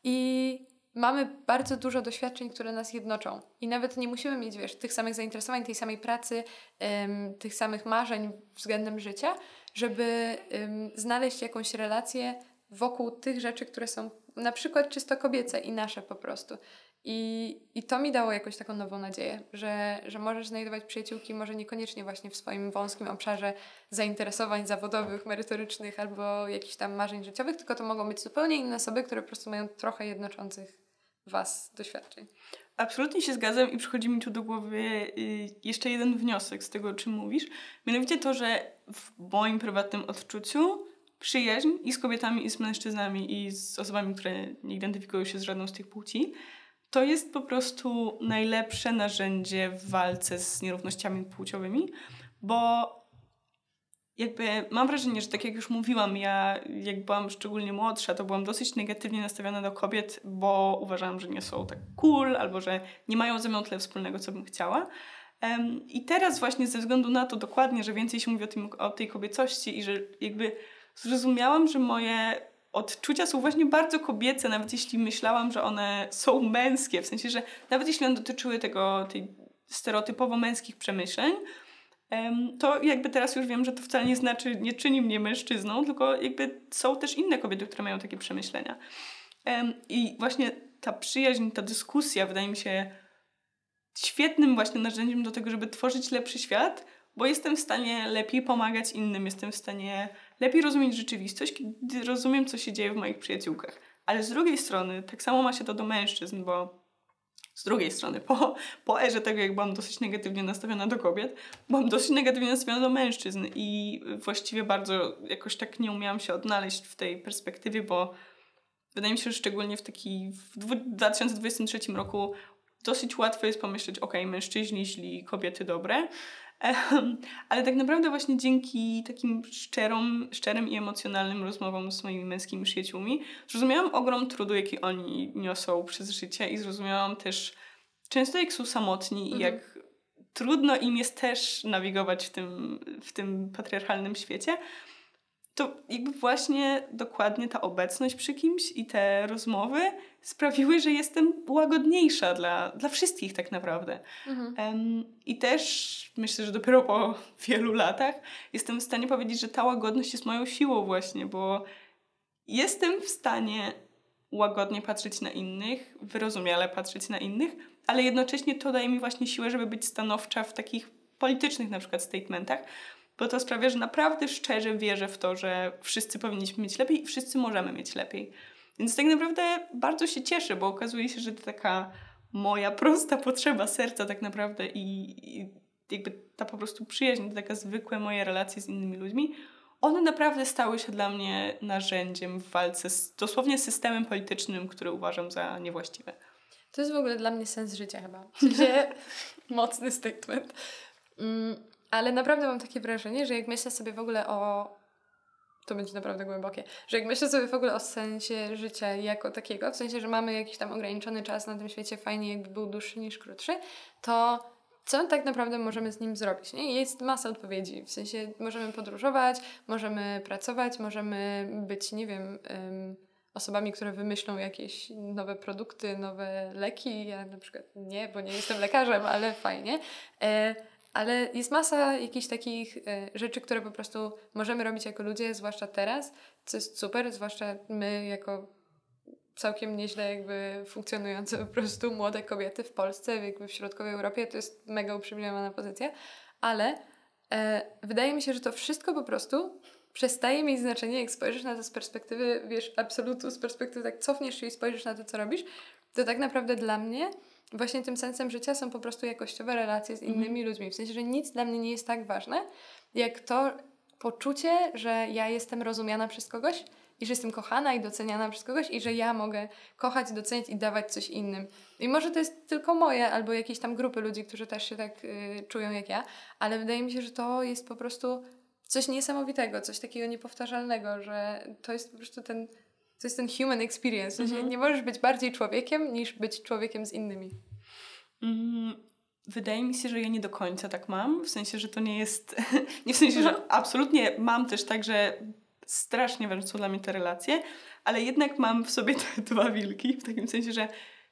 i mamy bardzo dużo doświadczeń, które nas jednoczą. I nawet nie musimy mieć, wiesz, tych samych zainteresowań, tej samej pracy, ym, tych samych marzeń względem życia, żeby ym, znaleźć jakąś relację wokół tych rzeczy, które są na przykład czysto kobiece i nasze po prostu. I, i to mi dało jakąś taką nową nadzieję, że, że możesz znajdować przyjaciółki może niekoniecznie właśnie w swoim wąskim obszarze zainteresowań zawodowych, merytorycznych albo jakichś tam marzeń życiowych, tylko to mogą być zupełnie inne osoby, które po prostu mają trochę jednoczących was doświadczeń. Absolutnie się zgadzam i przychodzi mi tu do głowy jeszcze jeden wniosek z tego, o czym mówisz. Mianowicie to, że w moim prywatnym odczuciu przyjaźń i z kobietami, i z mężczyznami, i z osobami, które nie identyfikują się z żadną z tych płci, to jest po prostu najlepsze narzędzie w walce z nierównościami płciowymi, bo jakby mam wrażenie, że tak jak już mówiłam, ja jak byłam szczególnie młodsza, to byłam dosyć negatywnie nastawiona do kobiet, bo uważałam, że nie są tak cool, albo że nie mają ze mną tyle wspólnego, co bym chciała. Um, I teraz właśnie ze względu na to dokładnie, że więcej się mówi o, tym, o tej kobiecości i że jakby zrozumiałam, że moje odczucia są właśnie bardzo kobiece, nawet jeśli myślałam, że one są męskie, w sensie, że nawet jeśli one dotyczyły tego, tej stereotypowo męskich przemyśleń, um, to jakby teraz już wiem, że to wcale nie znaczy, nie czyni mnie mężczyzną, tylko jakby są też inne kobiety, które mają takie przemyślenia. Um, I właśnie ta przyjaźń, ta dyskusja wydaje mi się świetnym właśnie narzędziem do tego, żeby tworzyć lepszy świat, bo jestem w stanie lepiej pomagać innym, jestem w stanie lepiej rozumieć rzeczywistość, kiedy rozumiem, co się dzieje w moich przyjaciółkach. Ale z drugiej strony, tak samo ma się to do mężczyzn, bo z drugiej strony, po, po erze tego, jak byłam dosyć negatywnie nastawiona do kobiet, byłam dosyć negatywnie nastawiona do mężczyzn i właściwie bardzo jakoś tak nie umiałam się odnaleźć w tej perspektywie, bo wydaje mi się, że szczególnie w taki w dwa tysiące dwudziestym trzecim roku dosyć łatwo jest pomyśleć, okej, okay, mężczyźni źli, kobiety dobre, um, ale tak naprawdę właśnie dzięki takim szczerom, szczerym i emocjonalnym rozmowom z moimi męskimi przyjaciółmi zrozumiałam ogrom trudu, jaki oni niosą przez życie i zrozumiałam też często, jak są samotni mhm. i jak trudno im jest też nawigować w tym, w tym patriarchalnym świecie. To jakby właśnie dokładnie ta obecność przy kimś i te rozmowy sprawiły, że jestem łagodniejsza dla, dla wszystkich tak naprawdę. Mhm. Um, I też myślę, że dopiero po wielu latach jestem w stanie powiedzieć, że ta łagodność jest moją siłą właśnie, bo jestem w stanie łagodnie patrzeć na innych, wyrozumiale patrzeć na innych, ale jednocześnie to daje mi właśnie siłę, żeby być stanowcza w takich politycznych na przykład statementach, bo to sprawia, że naprawdę szczerze wierzę w to, że wszyscy powinniśmy mieć lepiej i wszyscy możemy mieć lepiej. Więc tak naprawdę bardzo się cieszę, bo okazuje się, że to taka moja prosta potrzeba serca tak naprawdę i, i jakby ta po prostu przyjaźń, to taka zwykłe moje relacje z innymi ludźmi, one naprawdę stały się dla mnie narzędziem w walce z dosłownie systemem politycznym, który uważam za niewłaściwy. To jest w ogóle dla mnie sens życia chyba. W sensie mocny statement. Mm. Ale naprawdę mam takie wrażenie, że jak myślę sobie w ogóle o... To będzie naprawdę głębokie. Że jak myślę sobie w ogóle o sensie życia jako takiego, w sensie, że mamy jakiś tam ograniczony czas na tym świecie, fajnie jakby był dłuższy niż krótszy, to co tak naprawdę możemy z nim zrobić? Nie? Jest masa odpowiedzi. W sensie możemy podróżować, możemy pracować, możemy być, nie wiem... Um, osobami, które wymyślą jakieś nowe produkty, nowe leki. Ja na przykład nie, bo nie jestem lekarzem, ale fajnie. E, Ale jest masa jakichś takich y, rzeczy, które po prostu możemy robić jako ludzie, zwłaszcza teraz, co jest super, zwłaszcza my jako całkiem nieźle jakby funkcjonujące po prostu młode kobiety w Polsce, jakby w środkowej Europie, to jest mega uprzywilejowana pozycja, ale e, wydaje mi się, że to wszystko po prostu przestaje mieć znaczenie, jak spojrzysz na to z perspektywy, wiesz, absolutu, z perspektywy tak cofniesz się i spojrzysz na to, co robisz, to tak naprawdę dla mnie właśnie tym sensem życia są po prostu jakościowe relacje z innymi mm. ludźmi. W sensie, że nic dla mnie nie jest tak ważne, jak to poczucie, że ja jestem rozumiana przez kogoś i że jestem kochana i doceniana przez kogoś i że ja mogę kochać, docenić i dawać coś innym. I może to jest tylko moje albo jakieś tam grupy ludzi, którzy też się tak y, czują jak ja, ale wydaje mi się, że to jest po prostu coś niesamowitego, coś takiego niepowtarzalnego, że to jest po prostu ten... To jest ten human experience. W sensie mm-hmm. nie możesz być bardziej człowiekiem, niż być człowiekiem z innymi. Mm, wydaje mi się, że ja nie do końca tak mam. W sensie, że to nie jest... nie w sensie, mm-hmm. że absolutnie mam też tak, że strasznie ważne są dla mnie te relacje, ale jednak mam w sobie te dwa wilki. W takim sensie, że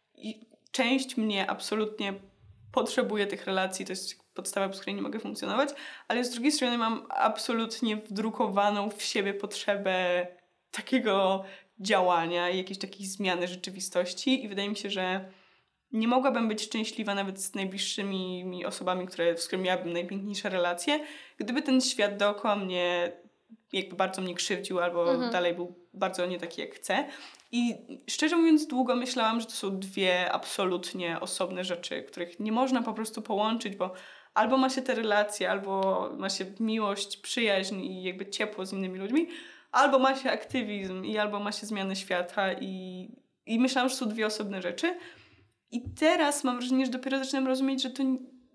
część mnie absolutnie potrzebuje tych relacji. To jest podstawa, bez której nie mogę funkcjonować. Ale z drugiej strony mam absolutnie wdrukowaną w siebie potrzebę takiego działania i jakiejś takiej zmiany rzeczywistości i wydaje mi się, że nie mogłabym być szczęśliwa nawet z najbliższymi mi osobami, które, z którymi miałabym najpiękniejsze relacje, gdyby ten świat dookoła mnie jakby bardzo mnie krzywdził albo mhm. dalej był bardzo nie taki jak chcę. I szczerze mówiąc długo myślałam, że to są dwie absolutnie osobne rzeczy, których nie można po prostu połączyć, bo albo ma się te relacje, albo ma się miłość, przyjaźń i jakby ciepło z innymi ludźmi, albo ma się aktywizm i albo ma się zmianę świata i, i myślałam, że są dwie osobne rzeczy. I teraz mam wrażenie, że dopiero zaczynam rozumieć, że to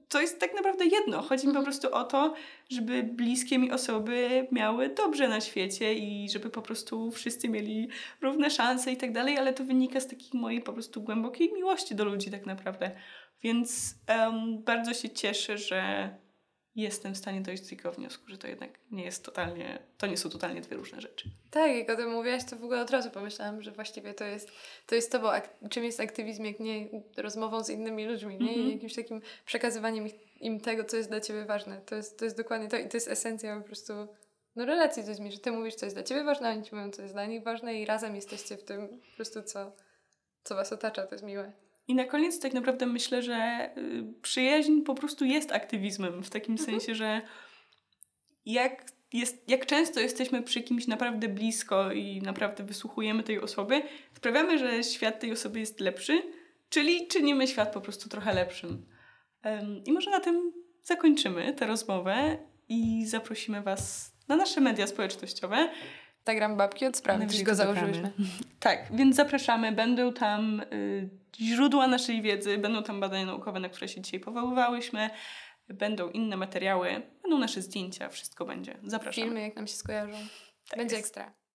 to jest tak naprawdę jedno. Chodzi mi po prostu o to, żeby bliskie mi osoby miały dobrze na świecie i żeby po prostu wszyscy mieli równe szanse i tak dalej, ale to wynika z takiej mojej po prostu głębokiej miłości do ludzi tak naprawdę. Więc um, bardzo się cieszę, że jestem w stanie dojść do tego wniosku, że to jednak nie jest totalnie, to nie są totalnie dwie różne rzeczy. Tak, jak o tym mówiłaś, to w ogóle od razu pomyślałam, że właściwie to jest to, jest to bo ak- czym jest aktywizm, jak nie rozmową z innymi ludźmi, nie? Mhm. I jakimś takim przekazywaniem ich, im tego, co jest dla ciebie ważne. To jest, to jest dokładnie to i to jest esencja po prostu no, relacji z ludźmi, że ty mówisz, co jest dla ciebie ważne, a oni ci mówią, co jest dla nich ważne i razem jesteście w tym po prostu, co, co was otacza, to jest miłe. I na koniec tak naprawdę myślę, że y, przyjaźń po prostu jest aktywizmem w takim Mhm. sensie, że jak, jest, jak często jesteśmy przy kimś naprawdę blisko i naprawdę wysłuchujemy tej osoby, sprawiamy, że świat tej osoby jest lepszy, czyli czynimy świat po prostu trochę lepszym. Um, I może na tym zakończymy tę rozmowę i zaprosimy Was na nasze media społecznościowe. Instagram Babki od Sprawy, Najwyżej już go to założyłyśmy. Tak, więc zapraszamy. Będą tam y, źródła naszej wiedzy, będą tam badania naukowe, na które się dzisiaj powoływałyśmy, będą inne materiały, będą nasze zdjęcia, wszystko będzie. Zapraszamy. Filmy, jak nam się skojarzą. Tak Będzie jest. ekstra.